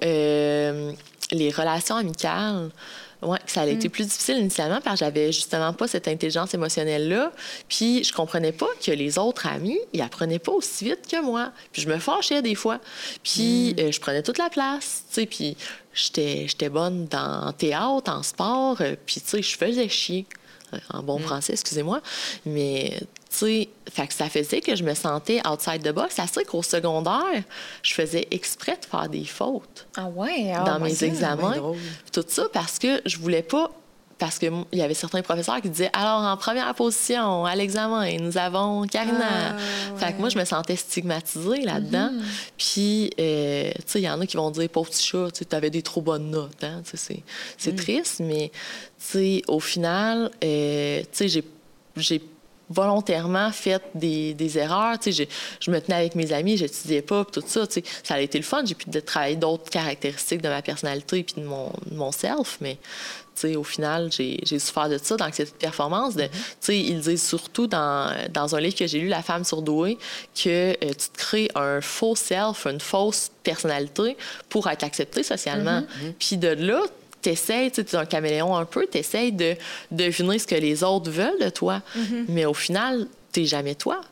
les relations amicales. Oui, ça a été plus difficile initialement parce que j'avais justement pas cette intelligence émotionnelle-là. Puis je comprenais pas que les autres amis, ils apprenaient pas aussi vite que moi. Puis je me fâchais des fois. Puis je prenais toute la place, tu sais. Puis j'étais bonne en théâtre, en sport. Puis tu sais, je faisais chier. En bon français, excusez-moi. Mais, tu sais, fait que ça faisait que je me sentais outside the box. C'est qu'au secondaire, je faisais exprès de faire des fautes. Ah ouais? Dans mes examens. Tout ça parce que je voulais pas parce qu'il y avait certains professeurs qui disaient « Alors, en première position, à l'examen, nous avons Karina. Fait que moi, je me sentais stigmatisée là-dedans. Puis, tu sais, il y en a qui vont dire « Pauvre petit chat, tu avais des trop bonnes notes. Hein? » C'est triste, mais tu sais, au final, tu sais, j'ai volontairement fait des erreurs. Tu sais, je me tenais avec mes amis, j'étudiais pas, puis tout ça. Tu sais, ça a été le fun. J'ai pu travailler d'autres caractéristiques de ma personnalité puis de mon self, mais tu sais, au final, j'ai souffert de ça, d'anxiété de performance. Tu sais, ils disent surtout dans un livre que j'ai lu, La femme surdouée, que tu te crées un faux self, une fausse personnalité pour être accepté socialement. Puis de là, t'essayes, tu es un caméléon un peu, t'essayes de deviner ce que les autres veulent de toi. Mais au final, t'es jamais toi.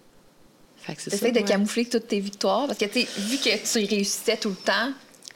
T'essayes de camoufler toutes tes victoires. Parce que, tu sais, vu que tu réussissais tout le temps,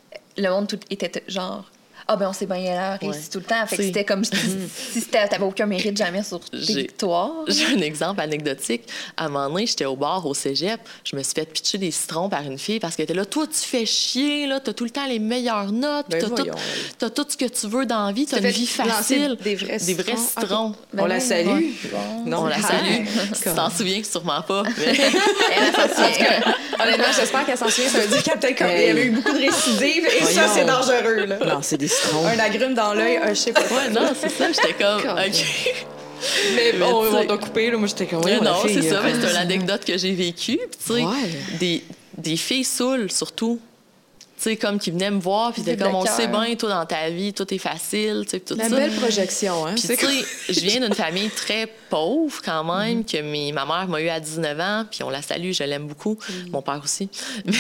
le monde tout était genre... Ah, ben on sait bien, elle a réussi tout le temps. Fait que c'était comme si t'avais aucun mérite jamais sur tes victoires. J'ai un exemple anecdotique. À un moment donné, j'étais au bar au cégep. Je me suis fait pitcher des citrons par une fille parce qu'elle était là. Toi, tu fais chier, là. T'as tout le temps les meilleures notes. T'as tout ce que tu veux dans la vie. T'as une vie facile. Des vrais citrons. Ben on la salue. Non, on la salue. Tu t'en souviens sûrement pas. Mais... Elle s'en souvient. Honnêtement, j'espère qu'elle s'en souvient. Ça veut dire qu'il y avait eu beaucoup de récidives. Et ça, c'est dangereux, là. Non, c'est des un agrume dans l'œil, je sais pas. Ouais, non, c'est ça. J'étais comme, OK. Mais bon, on t'a coupé, là. Moi, j'étais comme, non, c'est ça. Mais c'est l'anecdote que j'ai vécue. Tu sais, des filles saoules, surtout. Tu sais, comme qui venaient me voir, puis étaient comme, on sait bien, toi, dans ta vie, tout est facile, tu sais, tout ça. La belle projection, hein. Puis, tu sais, je viens d'une famille très pauvre, quand même, que ma mère m'a eu à 19 ans, puis on la salue, je l'aime beaucoup. Mon père aussi.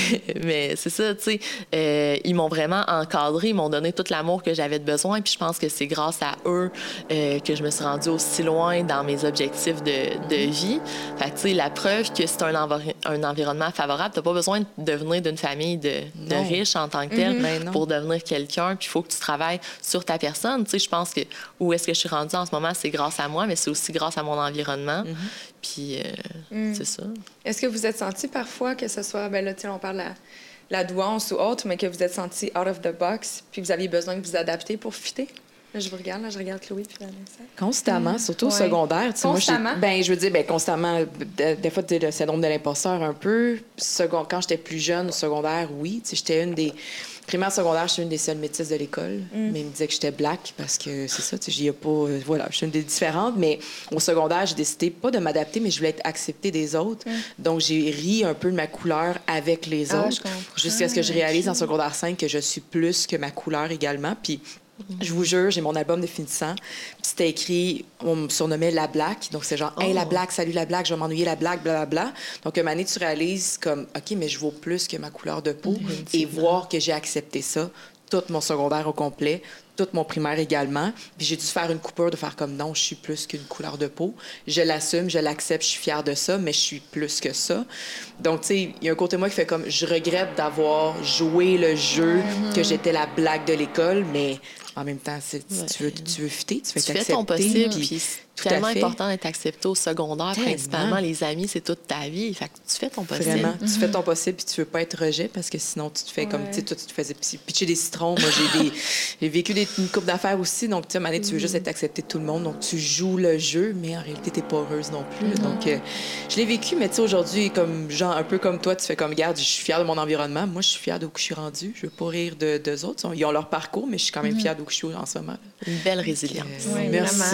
Mais c'est ça, tu sais, ils m'ont vraiment encadrée, ils m'ont donné tout l'amour que j'avais de besoin, puis je pense que c'est grâce à eux que je me suis rendue aussi loin dans mes objectifs de vie. Fait que, tu sais, la preuve que c'est un environnement favorable, t'as pas besoin de venir d'une famille de riches en tant que tel pour devenir quelqu'un, puis il faut que tu travailles sur ta personne. Tu sais, je pense que où est-ce que je suis rendue en ce moment, c'est grâce à moi, mais c'est aussi grâce à mon environnement. Puis c'est ça. Est-ce que vous êtes senti parfois que ce soit, ben là, tu sais, on parle de la douance ou autre, mais que vous êtes senti out of the box, puis vous aviez besoin de vous adapter pour fitter? Là, je regarde Chloé puis Vanessa. Constamment, surtout au secondaire. Constamment? Moi, je veux dire, constamment. Des fois, tu sais, le syndrome de l'imposteur un peu. Quand j'étais plus jeune, au secondaire, oui. Tu sais, j'étais une des... Primaire, secondaire, j'étais une des seules métisses de l'école. Mais ils me disaient que j'étais black parce que c'est ça, tu sais, j'y ai pas... voilà, je suis une des différentes. Mais au secondaire, j'ai décidé pas de m'adapter, mais je voulais être acceptée des autres. Donc, j'ai ri un peu de ma couleur avec les autres. Jusqu'à ce que je réalise en secondaire 5 que je suis plus que ma couleur également. Puis... Je vous jure, j'ai mon album de finissant. Puis c'était écrit, on me surnommait la Black. Donc c'est genre, hey, la Black, salut la Black, je vais m'ennuyer la Black, blablabla. Donc une année, tu réalises comme, OK, mais je vaux plus que ma couleur de peau. Et voir que j'ai accepté ça, tout mon secondaire au complet, tout mon primaire également. Puis j'ai dû faire une coupure de faire comme, non, je suis plus qu'une couleur de peau. Je l'assume, je l'accepte, je suis fière de ça, mais je suis plus que ça. Donc, tu sais, il y a un côté de moi qui fait comme, je regrette d'avoir joué le jeu, que j'étais la blague de l'école, mais en même temps, tu veux fitter, tu veux t'accepter. Tu fais ton possible, puis c'est tellement important d'être accepté au secondaire, principalement. Les amis, c'est toute ta vie. Fait que tu fais ton possible. Vraiment, tu fais ton possible, puis tu veux pas être rejet, parce que sinon, tu te fais comme, tu sais, toi, tu te faisais pitcher des citrons. Moi, j'ai vécu une couple d'affaires aussi, donc, tu sais, Mané, tu veux juste être accepté de tout le monde, donc tu joues le jeu, mais en réalité, t'es pas heureuse non plus. Donc, je l'ai vécu, mais tu sais, aujourd'hui, comme genre, un peu comme toi, tu fais comme, regarde, je suis fière de mon environnement. Moi, je suis fière d'où je suis rendue. Je veux pas rire d'eux autres. Ils ont leur parcours, mais je suis quand même fière d'où je suis en ce moment. Une belle résilience. Merci.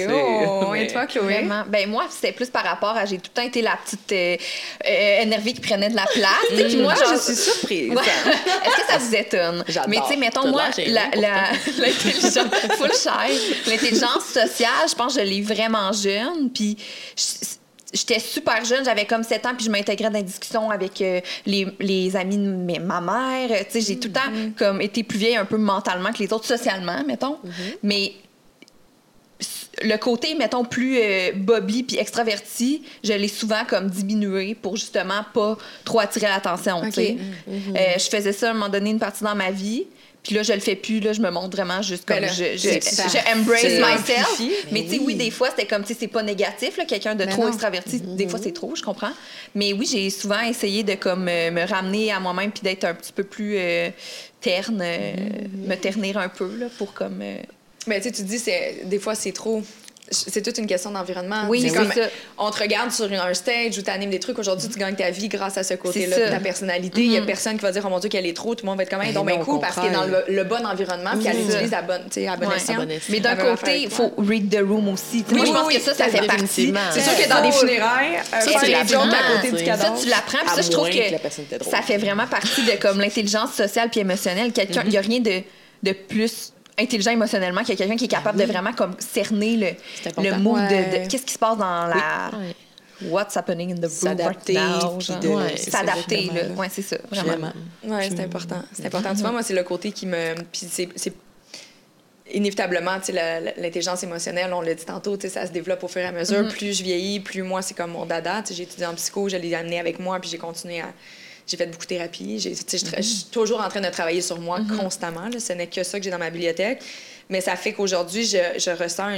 Et toi, Chloé? Vraiment. Ben moi, c'était plus par rapport à... J'ai tout le temps été la petite énervée qui prenait de la place. Puis moi, je suis surprise. Ouais. Est-ce que ça vous étonne? J'adore. Mais tu sais, mettons, moi, l'intelligence... Full shy. L'intelligence sociale, je pense que je l'ai vraiment jeune. Puis... J'étais super jeune, j'avais comme 7 ans, puis je m'intégrais dans des discussions avec les amis de ma mère. Tu sais, j'ai tout le temps comme été plus vieille un peu mentalement que les autres, socialement, mettons. Mais le côté, mettons, plus bobby puis extraverti, je l'ai souvent comme diminué pour justement pas trop attirer l'attention, tu sais. Je faisais ça à un moment donné, une partie dans ma vie. Puis là, je le fais plus. Là, je me montre vraiment juste comme... je embrace myself. Mais tu sais, oui, des fois, c'était comme... Tu sais, c'est pas négatif, là, quelqu'un de trop extraverti. Des fois, c'est trop, je comprends. Mais oui, j'ai souvent essayé de comme me ramener à moi-même puis d'être un petit peu plus terne, me ternir un peu, là, pour comme... Mais tu dis, des fois, c'est trop... C'est toute une question d'environnement. Oui, c'est comme, ça. on te regarde sur un stage où tu animes des trucs. Aujourd'hui, tu gagnes ta vie grâce à ce côté-là de ta personnalité. Il y a personne qui va dire, oh mon Dieu, qu'elle est trop. Tout le monde va être comme, donc bien cool parce qu'elle est dans le bon environnement puis elle utilise à bon escient. Mais d'un côté, il faut read the room aussi. Moi, je pense que ça fait partie. C'est sûr que dans des funéraires, faire les jokes à côté du cadavre. Ça, tu l'apprends. Puis ça, je trouve que ça fait vraiment partie de comme l'intelligence sociale puis émotionnelle. Quelqu'un, il n'y a rien de plus intelligent émotionnellement qu'il y a quelqu'un qui est capable de vraiment comme cerner le mood de qu'est-ce qui se passe dans la what's happening in the room right now. S'adapter, là. Ouais, c'est ça, vraiment. Ouais, c'est important. C'est important. Tu vois, moi, c'est le côté qui me... Puis c'est inévitablement, tu sais, l'intelligence émotionnelle, on l'a dit tantôt, tu sais, ça se développe au fur et à mesure. Plus je vieillis, plus moi, c'est comme mon dada. Tu sais, j'ai étudié en psycho, je l'ai amené avec moi, puis j'ai continué à... J'ai fait beaucoup de thérapie. Je suis toujours en train de travailler sur moi constamment. Là. Ce n'est que ça que j'ai dans ma bibliothèque. Mais ça fait qu'aujourd'hui, je ressens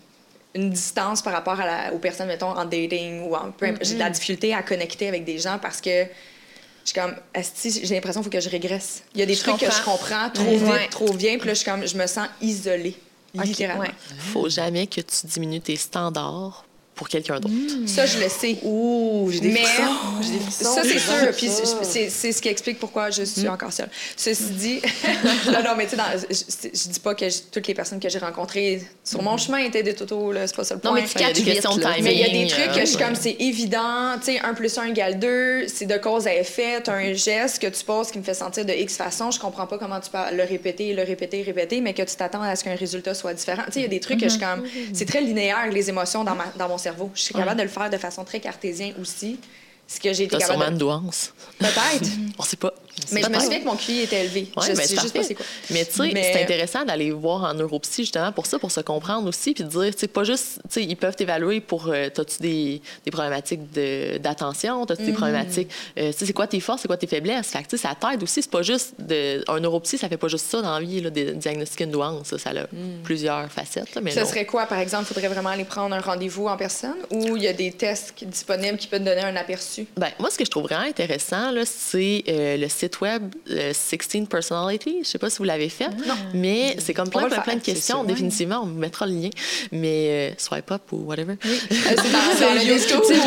une distance par rapport aux personnes, mettons, en dating ou j'ai de la difficulté à connecter avec des gens parce que je suis comme, j'ai l'impression qu'il faut que je régresse. Il y a des trucs que je comprends trop vite, trop bien. Puis là, je me sens isolée, littéralement. Faut jamais que tu diminues tes standards pour quelqu'un d'autre. Ça, je le sais. Ouh, j'ai des frissons. Ça, c'est sûr. Puis c'est ce qui explique pourquoi je suis encore seule. Ceci dit... non, mais tu sais, je dis pas que toutes les personnes que j'ai rencontrées sur mon chemin étaient des totos, là, c'est pas ça le point. Non, mais tu catches vite, là. Mais il y a des trucs que je suis comme, c'est évident, tu sais, 1 + 1 = 2, c'est de cause à effet, t'as un geste que tu poses qui me fait sentir de X façon, je comprends pas comment tu peux le répéter, mais que tu t'attends à ce qu'un résultat soit différent. Tu sais, il y a des trucs que je suis comme... C'est très linéaire, les émotions dans mon cerveau. Je suis capable de le faire de façon très cartésienne aussi. Ce que j'ai été capable sûrement une douance. Peut-être. On sait pas. Mais je me souviens que mon QI était élevé. Ouais, je sais juste pas c'est quoi. Mais tu sais, c'est intéressant d'aller voir en neuropsy justement pour ça, pour se comprendre aussi, puis de dire, tu sais, pas juste, tu sais, ils peuvent t'évaluer pour, t'as-tu des problématiques d'attention, t'as-tu des problématiques, tu sais, c'est quoi tes forces, c'est quoi tes faiblesses. Fait que tu sais, ça t'aide aussi. C'est pas juste un neuropsy, ça fait pas juste ça dans la vie, là, de diagnostiquer une douance. Ça a plusieurs facettes. Là, mais ça serait quoi, par exemple? Faudrait vraiment aller prendre un rendez-vous en personne ou il y a des tests disponibles qui peuvent te donner un aperçu? Ben, moi, ce que je trouve vraiment intéressant, là, c'est le site web 16 Personality. Je sais pas si vous l'avez fait, mais c'est comme plein de questions. Définitivement, on vous mettra le lien. Mais swipe up ou whatever. Oui. C'est dans le descriptif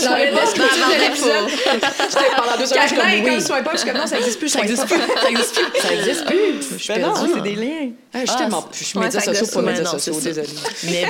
de l'épisode. Pendant 2 heures, je suis comme swipe up, je suis comme non, ça existe plus. Ça existe plus. Ça existe plus. Je suis perdue. C'est des liens. Je suis médias sociaux, pas médias sociaux, désolée. Mais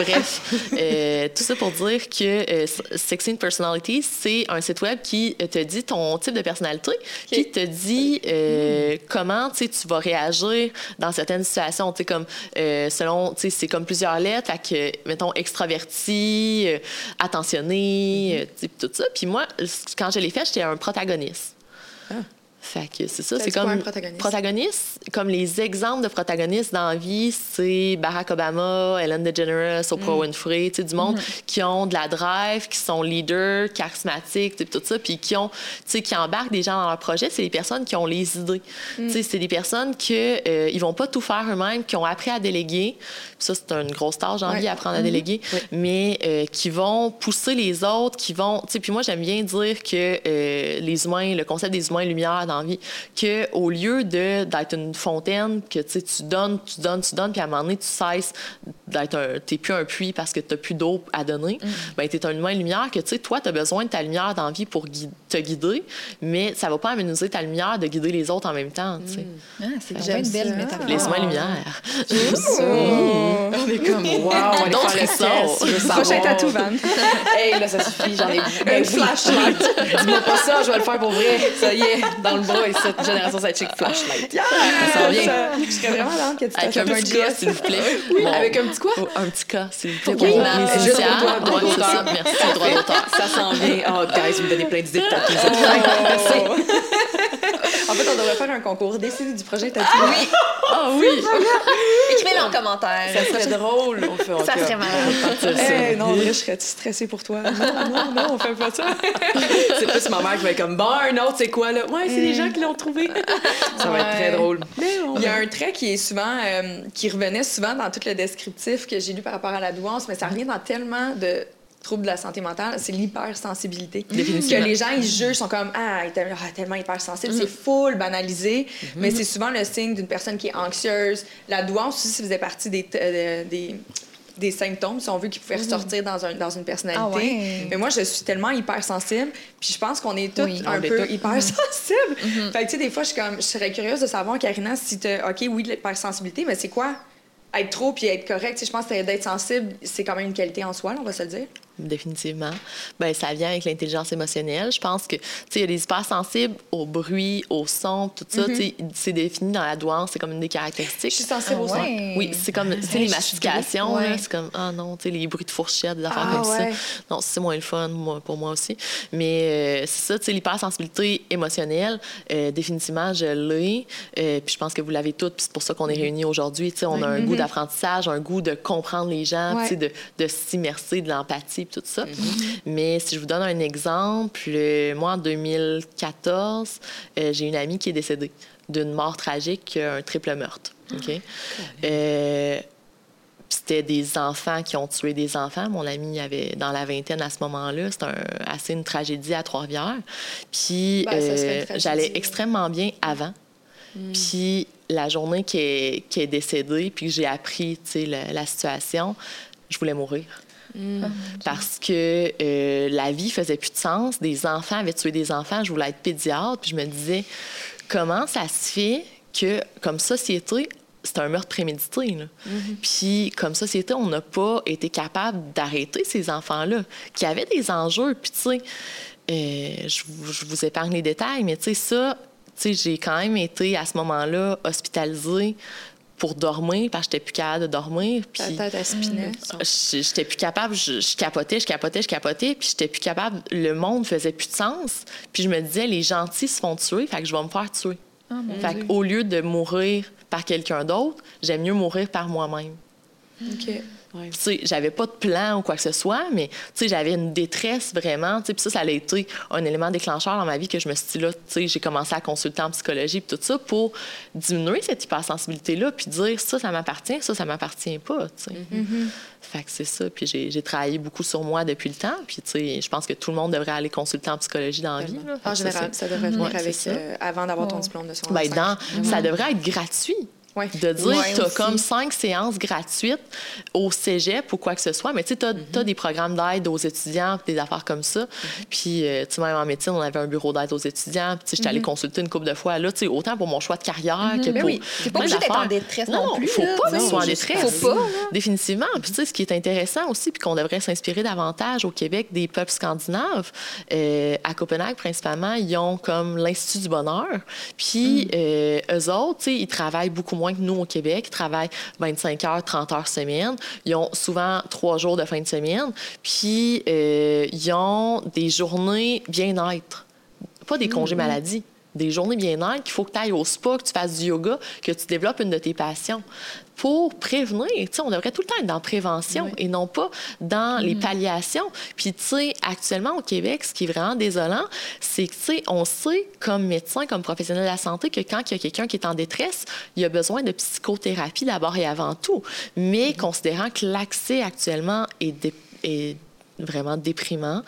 bref, tout ça pour dire que 16 Personality, c'est un site web qui te dit ton type de personnalité, qui te dit comment tu vas réagir dans certaines situations. Comme selon, c'est comme plusieurs lettres, fait que, mettons, extraverti, attentionné, tout ça. Puis moi, quand je l'ai fait, j'étais un protagoniste. Fait que c'est ça, c'est comme un protagoniste. Comme les exemples de protagonistes dans la vie, c'est Barack Obama, Ellen DeGeneres, Oprah Winfrey, tu sais, du monde qui ont de la drive, qui sont leaders, charismatiques, tout ça, puis qui ont, tu sais, qui embarquent des gens dans leur projet. C'est des personnes qui ont les idées. Tu sais, c'est des personnes que ils vont pas tout faire eux-mêmes, qui ont appris à déléguer. Puis ça, c'est une grosse tâche dans la vie, apprendre à déléguer, mais qui vont pousser les autres, qui vont, tu sais, puis moi j'aime bien dire que les humains, le concept des humains lumière dans la vie, qu'au lieu d'être une fontaine, que tu donnes, puis à un moment donné, tu cesses d'être t'es plus un puits parce que tu n'as plus d'eau à donner, ben tu es un humain lumière que, tu sais, toi, tu as besoin de ta lumière dans la vie pour te guider, mais ça va pas amenuiser ta lumière de guider les autres en même temps, tu sais. C'est vraiment une belle métaphore. Les humains lumière. On est comme, wow, on va aller faire le test. Prochain tatou, Van. Hey, là, ça suffit, j'en ai une flashlight. Dis-moi pas ça, je vais le faire pour vrai. Ça y est, dans le bras, et cette génération sidechick flashlight. Ça s'en vient. Je serais vraiment lente que tu avec un petit cas, s'il vous plaît. Oui, avec un petit quoi? Un petit cas, s'il vous plaît. Oui, juste pour droit d'auteur. Merci, le droit d'auteur. Ça s'en vient. Oh, guys, vous me donnez plein d'idées de tatoues. Merci. En fait, on devrait faire un concours d'essai du projet tatou. Oui. Ah oui. Écrivez-le en commentaire. Ça serait drôle. Ça serait malade. Non, je serais stressée pour toi. Non, on fait pas ça. C'est plus ma mère qui va être comme, bon, un autre, c'est quoi, là? Ouais, c'est les gens qui l'ont trouvé. Ça va être très drôle. Il y a un trait qui est souvent, qui revenait souvent dans tout le descriptif que j'ai lu par rapport à la douance, mais ça revient dans tellement de troubles de la santé mentale, c'est l'hypersensibilité. Définitivement. Que les gens, ils jugent, sont comme « Ah, il est tellement hypersensible. C'est full banalisé. Mais c'est souvent le signe d'une personne qui est anxieuse. La douance aussi, ça faisait partie des symptômes, si on veut, qui pouvaient ressortir dans une personnalité. Ah ouais. Mais moi, je suis tellement hypersensible, puis je pense qu'on est tous un peu hypersensibles. Fait que, tu sais, des fois, je serais curieuse de savoir, Karina, si OK, oui, de l'hypersensibilité, mais c'est quoi être trop puis être correct? Tu sais, je pense que d'être sensible, c'est quand même une qualité en soi, là, on va se le dire. Définitivement. Bien, ça vient avec l'intelligence émotionnelle. Je pense que, tu sais, il y a des hypersensibles au bruit, au son, tout ça. Tu sais, c'est défini dans la douance, c'est comme une des caractéristiques. Je suis sensible au son. Oui, c'est comme, tu sais, les mastications, là, c'est comme, ah non, tu sais, les bruits de fourchette, des affaires comme ça. Non, c'est moins le fun, pour moi aussi. Mais c'est ça, tu sais, l'hypersensibilité émotionnelle, définitivement, je l'ai. Puis je pense que vous l'avez toutes, puis c'est pour ça qu'on est réunis aujourd'hui. Tu sais, on a un goût d'apprentissage, un goût de comprendre les gens, tu sais, de s'immerser, de l'empathie, tout ça. Mais si je vous donne un exemple, moi, en 2014, j'ai une amie qui est décédée d'une mort tragique, un triple meurtre. OK? C'était des enfants qui ont tué des enfants. Mon amie avait dans la vingtaine à ce moment-là. C'était assez une tragédie à Trois-Rivières. Puis j'allais extrêmement bien avant. Puis la journée qui est décédée, puis que j'ai appris, tu sais, la situation, je voulais mourir. Parce que la vie faisait plus de sens. Des enfants avaient tué des enfants. Je voulais être pédiatre. Puis je me disais, comment ça se fait que, comme société, c'est un meurtre prémédité, là. Puis comme société, on n'a pas été capable d'arrêter ces enfants-là, qui avaient des enjeux. Puis tu sais, je vous épargne les détails, mais tu sais, ça, tu sais, j'ai quand même été à ce moment-là hospitalisée pour dormir, parce que j'étais plus capable de dormir. Puis ta tête aspinait. J'étais plus capable, je capotais, puis j'étais plus capable. Le monde faisait plus de sens. Puis je me disais, les gentils se font tuer, fait que je vais me faire tuer. Fait qu'au lieu de mourir par quelqu'un d'autre, j'aime mieux mourir par moi-même. OK. Ouais. Tu sais, j'avais pas de plan ou quoi que ce soit, mais tu sais, j'avais une détresse vraiment. Tu sais, puis ça a été un élément déclencheur dans ma vie que je me suis dit, là, tu sais, j'ai commencé à consulter en psychologie puis tout ça pour diminuer cette hypersensibilité-là puis dire, ça m'appartient, ça m'appartient pas, tu sais. Fait que c'est ça. Puis j'ai travaillé beaucoup sur moi depuis le temps. Puis, tu sais, je pense que tout le monde devrait aller consulter en psychologie dans la vie. Là. En général, ça devrait venir avec avant d'avoir ton diplôme de secondaire. Ça devrait être gratuit. De dire, tu as comme 5 séances gratuites au cégep ou quoi que ce soit. Mais tu sais, tu as des programmes d'aide aux étudiants, des affaires comme ça. Puis, tu sais, même en médecine, on avait un bureau d'aide aux étudiants. Puis, j'étais allée consulter une couple de fois. Là, tu sais, autant pour mon choix de carrière que pour. C'est pas obligé d'être en détresse non plus. Faut pas que tu sois en détresse. Faut pas. Définitivement. Puis, tu sais, ce qui est intéressant aussi, puis qu'on devrait s'inspirer davantage au Québec des peuples scandinaves, à Copenhague, principalement, ils ont comme l'Institut du bonheur. Puis, eux autres, tu sais, ils travaillent beaucoup moins que nous au Québec. Ils travaillent 25 heures, 30 heures semaine. Ils ont souvent 3 jours de fin de semaine. Puis, ils ont des journées bien-être. Pas des congés maladie. Des journées bien-être qu'il faut que tu ailles au spa, que tu fasses du yoga, que tu développes une de tes passions. Pour prévenir, tu sais, on devrait tout le temps être dans la prévention et non pas dans les palliations. Puis, tu sais, actuellement, au Québec, ce qui est vraiment désolant, c'est que, tu sais, on sait, comme médecin, comme professionnel de la santé, que quand il y a quelqu'un qui est en détresse, il y a besoin de psychothérapie d'abord et avant tout. Mais considérant que l'accès actuellement est vraiment déprimant.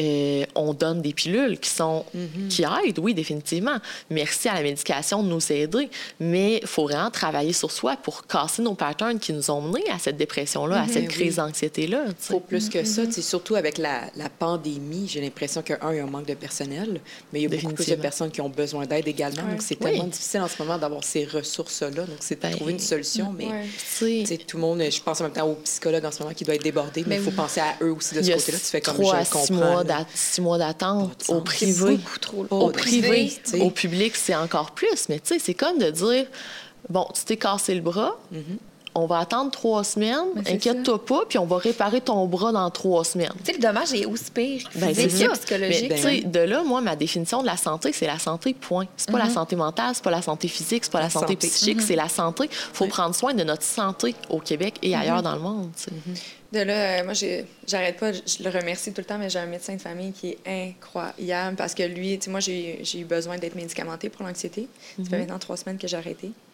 On donne des pilules qui aident, oui, définitivement. Merci à la médication de nous aider, mais il faut vraiment travailler sur soi pour casser nos patterns qui nous ont menés à cette dépression-là, à cette crise d'anxiété-là. Il faut plus que ça. Surtout avec la pandémie, j'ai l'impression qu'il y a un manque de personnel, mais il y a beaucoup plus de personnes qui ont besoin d'aide également. Donc, c'est tellement difficile en ce moment d'avoir ces ressources-là. Donc, c'est de trouver une solution. Mais tout le monde, je pense en même temps aux psychologues en ce moment qui doivent être débordés, mais il faut penser à eux aussi de ce côté-là. Tu fais comme 3 à 6 mois d'attente au privé. Au privé. Au public, c'est encore plus. Mais tu sais, c'est comme de dire, bon, tu t'es cassé le bras, on va attendre 3 semaines, inquiète-toi pas, puis on va réparer ton bras dans 3 semaines. Tu sais, le dommage est aussi pire physique que psychologique. Mais, de là, moi, ma définition de la santé, c'est la santé, point. C'est pas la santé mentale, c'est pas la santé physique, c'est pas la santé psychique, c'est la santé. Il faut prendre soin de notre santé au Québec et ailleurs dans le monde. De là, moi, j'arrête pas, je le remercie tout le temps, mais j'ai un médecin de famille qui est incroyable parce que lui, tu sais, moi, j'ai eu besoin d'être médicamentée pour l'anxiété. Ça fait maintenant 3 semaines que j'ai arrêté.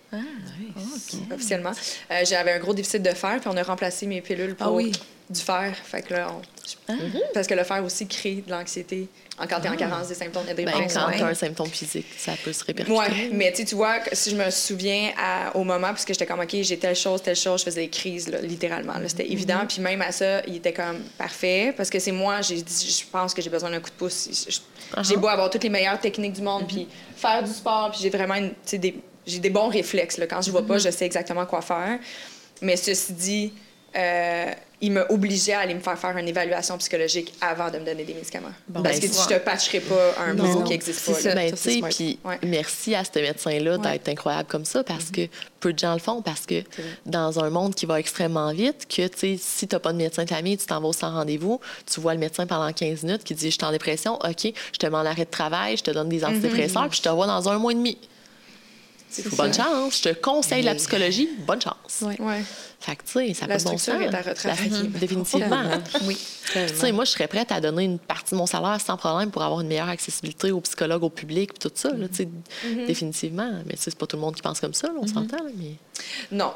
Ah, nice. Officiellement. J'avais un gros déficit de fer, puis on a remplacé mes pilules pour du fer. Fait que là, parce que le fer aussi crée de l'anxiété. Quand tu es en carence des symptômes, il y a des quand tu as un symptôme physique, ça peut se répercuter. Oui, mais tu vois, si je me souviens au moment, parce que j'étais comme, OK, j'ai telle chose, je faisais des crises, là, littéralement. Là, c'était évident. Puis même à ça, il était comme parfait, parce que c'est moi, j'ai dit, je pense que j'ai besoin d'un coup de pouce. J'ai beau avoir toutes les meilleures techniques du monde, puis faire du sport, puis j'ai vraiment j'ai des bons réflexes. Là. Quand je vois pas, je sais exactement quoi faire. Mais ceci dit, il m'a obligée à aller me faire une évaluation psychologique avant de me donner des médicaments. Parce que je te patcherai pas un bout qui n'existe pas. Puis merci à ce médecin-là d'être incroyable comme ça, parce que peu de gens le font, parce que dans un monde qui va extrêmement vite, que si tu n'as pas de médecin de famille, tu t'en vas sans rendez-vous, tu vois le médecin pendant 15 minutes qui dit « Je suis en dépression, OK, je te mets en arrêt de travail, je te donne des antidépresseurs, puis je te revois dans 1 mois et demi. » Bonne chance. Je te conseille la psychologie. Bonne chance. Fait que, tu sais, ça peut bon sens. La structure est à retravailler. Définitivement. Oui. Tu sais, moi, je serais prête à donner une partie de mon salaire sans problème pour avoir une meilleure accessibilité aux psychologues, au public, puis tout ça, là, tu sais, définitivement. Mais c'est pas tout le monde qui pense comme ça, là, on s'entend. Mais... Non.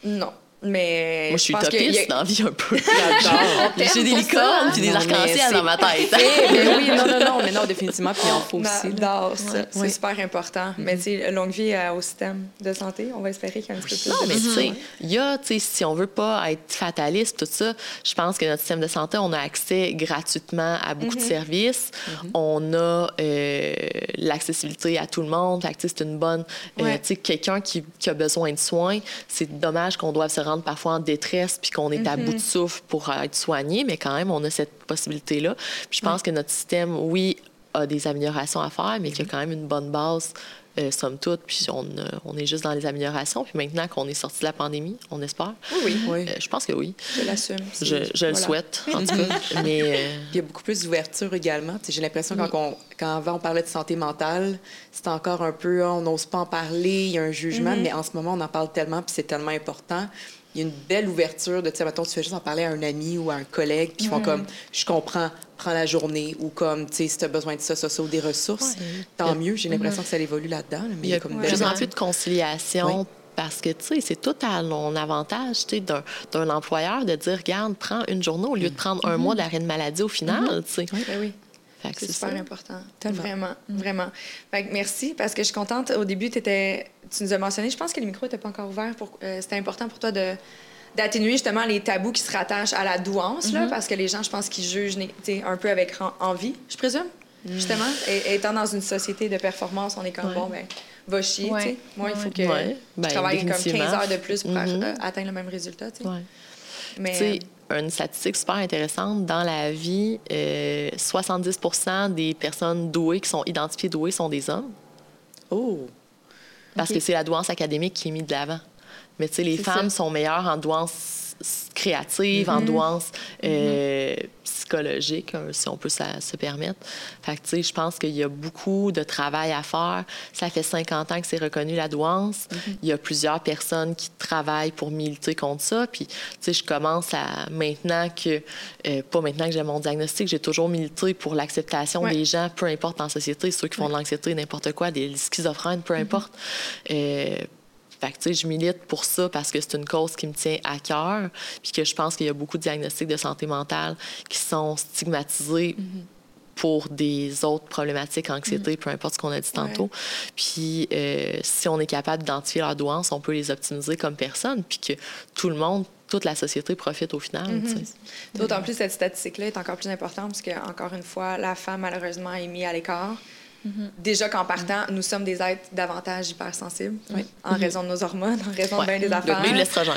Mais moi, je suis utopiste dans la vie un peu. J'adore. J'ai des licornes puis des arcs-en-ciel dans ma tête. Mais non, définitivement, puis il en faut aussi. J'adore ça. C'est super important. Mais tu sais, longue vie au système de santé, on va espérer qu'il y a un petit peu plus de... Non, mais tu sais, il y a, si on veut pas être fataliste, tout ça, je pense que notre système de santé, on a accès gratuitement à beaucoup de services. On a l'accessibilité à tout le monde. Fait que c'est une bonne... tu sais, quelqu'un qui a besoin de soins, c'est dommage qu'on doive se rendre parfois en détresse puis qu'on est à bout de souffle pour être soigné, mais quand même, on a cette possibilité-là. Puis je pense que notre système, a des améliorations à faire, mais qu'il y a quand même une bonne base, somme toute, puis on est juste dans les améliorations. Puis maintenant qu'on est sorti de la pandémie, on espère. Oui. Je pense que oui. Je l'assume. Je le souhaite, en tout cas. Mais il y a beaucoup plus d'ouverture également. T'sais, j'ai l'impression quand avant on parlait de santé mentale, c'est encore un peu, on n'ose pas en parler, il y a un jugement, mais en ce moment, on en parle tellement, puis c'est tellement important. Il y a une belle ouverture de, tu sais, mettons, tu fais juste en parler à un ami ou à un collègue, puis ils font comme, je comprends, prends la journée, ou comme, tu sais, si tu as besoin de ça, ou des ressources, tant mieux. J'ai l'impression que ça évolue là-dedans. Mais il y a comme de plus en plus de conciliation. Parce que, tu sais, c'est tout à mon avantage, tu sais, d'un employeur de dire, regarde, prends une journée au lieu de prendre un mois d'arrêt de maladie au final, tu sais. Oui. C'est super important. Vraiment. Fait que merci, parce que je suis contente. Au début, tu nous as mentionné, je pense que les micros n'étaient pas encore ouverts. C'était important pour toi d'atténuer justement les tabous qui se rattachent à la douance, là, parce que les gens, je pense qu'ils jugent un peu avec envie, je présume, justement. Étant dans une société de performance, on est comme, va chier, tu sais. Moi, il faut que je travaille comme 15 heures de plus pour atteindre le même résultat, tu sais. Mais... une statistique super intéressante. Dans la vie, 70% des personnes douées qui sont identifiées douées sont des hommes. Oh! Parce que c'est la douance académique qui est mise de l'avant. Mais tu sais, les femmes sont meilleures en douance créative, en douance psychologique, si on peut se permettre. Fait que, tu sais, je pense qu'il y a beaucoup de travail à faire. Ça fait 50 ans que c'est reconnu, la douance. Il y a plusieurs personnes qui travaillent pour militer contre ça. Puis, tu sais, je commence à, pas maintenant que j'ai mon diagnostic, j'ai toujours milité pour l'acceptation des gens, peu importe en société, ceux qui font de l'anxiété, n'importe quoi, des schizophrènes, peu importe. Fait que, tu sais, je milite pour ça parce que c'est une cause qui me tient à cœur, puis que je pense qu'il y a beaucoup de diagnostics de santé mentale qui sont stigmatisés pour des autres problématiques, anxiété, peu importe ce qu'on a dit tantôt. Puis, si on est capable d'identifier leurs douances, on peut les optimiser comme personne, puis que tout le monde, toute la société profite au final. D'autant plus, cette statistique-là est encore plus importante parce que, encore une fois, la femme, malheureusement, est mise à l'écart. Déjà qu'en partant, nous sommes des êtres davantage hypersensibles en raison de nos hormones, en raison de bien des affaires. Oui, l'estrogène.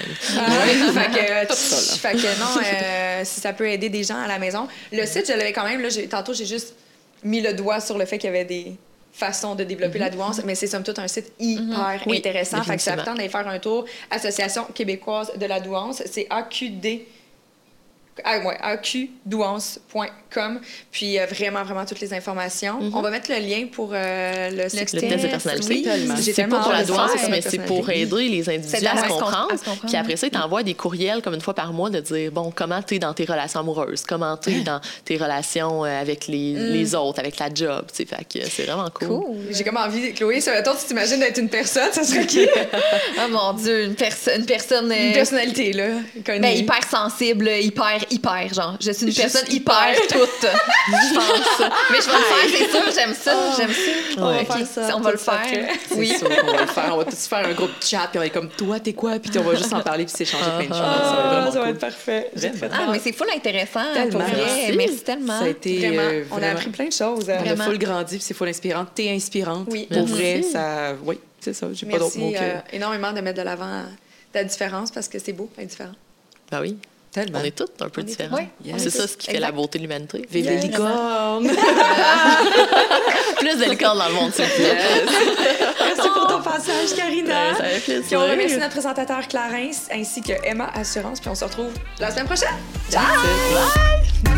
Fait que non, si ça peut aider des gens à la maison. Le site, je l'avais quand même, là, tantôt, j'ai juste mis le doigt sur le fait qu'il y avait des façons de développer la douance, mais c'est somme toute un site hyper intéressant. Fait que ça vous tente d'aller faire un tour. Association québécoise de la douance, c'est AQD. aqdouance.com. Puis vraiment, vraiment toutes les informations. On va mettre le lien pour le test de personnalité. Oui, c'est pas pour la douance, mais c'est pour aider les individus à se comprendre. Puis après ça, ils t'envoient des courriels comme une fois par mois de dire, bon, comment t'es dans tes relations amoureuses, comment t'es dans tes relations avec les autres, avec la job. Fait que c'est vraiment cool. J'ai comme envie, Chloé, toi, tu t'imagines d'être une personne, ça serait qui? Oh mon Dieu, une personne... Une personnalité, là. Ben, hyper sensible, hyper, genre. Je suis une personne hyper toute, je pense. Mais je vais le faire, c'est sûr, j'aime ça. On va faire ça. On va le faire. Oui. C'est sûr qu'on va le faire. On va tous faire un groupe chat, puis on va être comme, toi, t'es quoi? Puis on va juste en parler, puis s'échanger plein de choses. Ça va être parfait. Mais c'est full intéressant. Tellement. Pour vrai. Merci tellement. Ça a été vraiment. On a appris plein de choses. On a full grandi, puis c'est full inspirant. T'es inspirante. Oui. Pour vrai, ça... Oui, c'est ça. J'ai pas d'autres mots que... Merci énormément de mettre de l'avant ta différence, parce que c'est beau, être différent. Ben oui. Tellement. On est tous un peu différents. Oui, c'est ça ce qui fait la beauté de l'humanité. Vive les licornes! Plus de licornes dans le monde, s'il vous plaît. Merci pour ton passage, Karina. Ça fait plaisir. Puis on remercie notre présentateur Clarence ainsi que Emma Assurance. Puis on se retrouve la semaine prochaine. Ciao! Bye!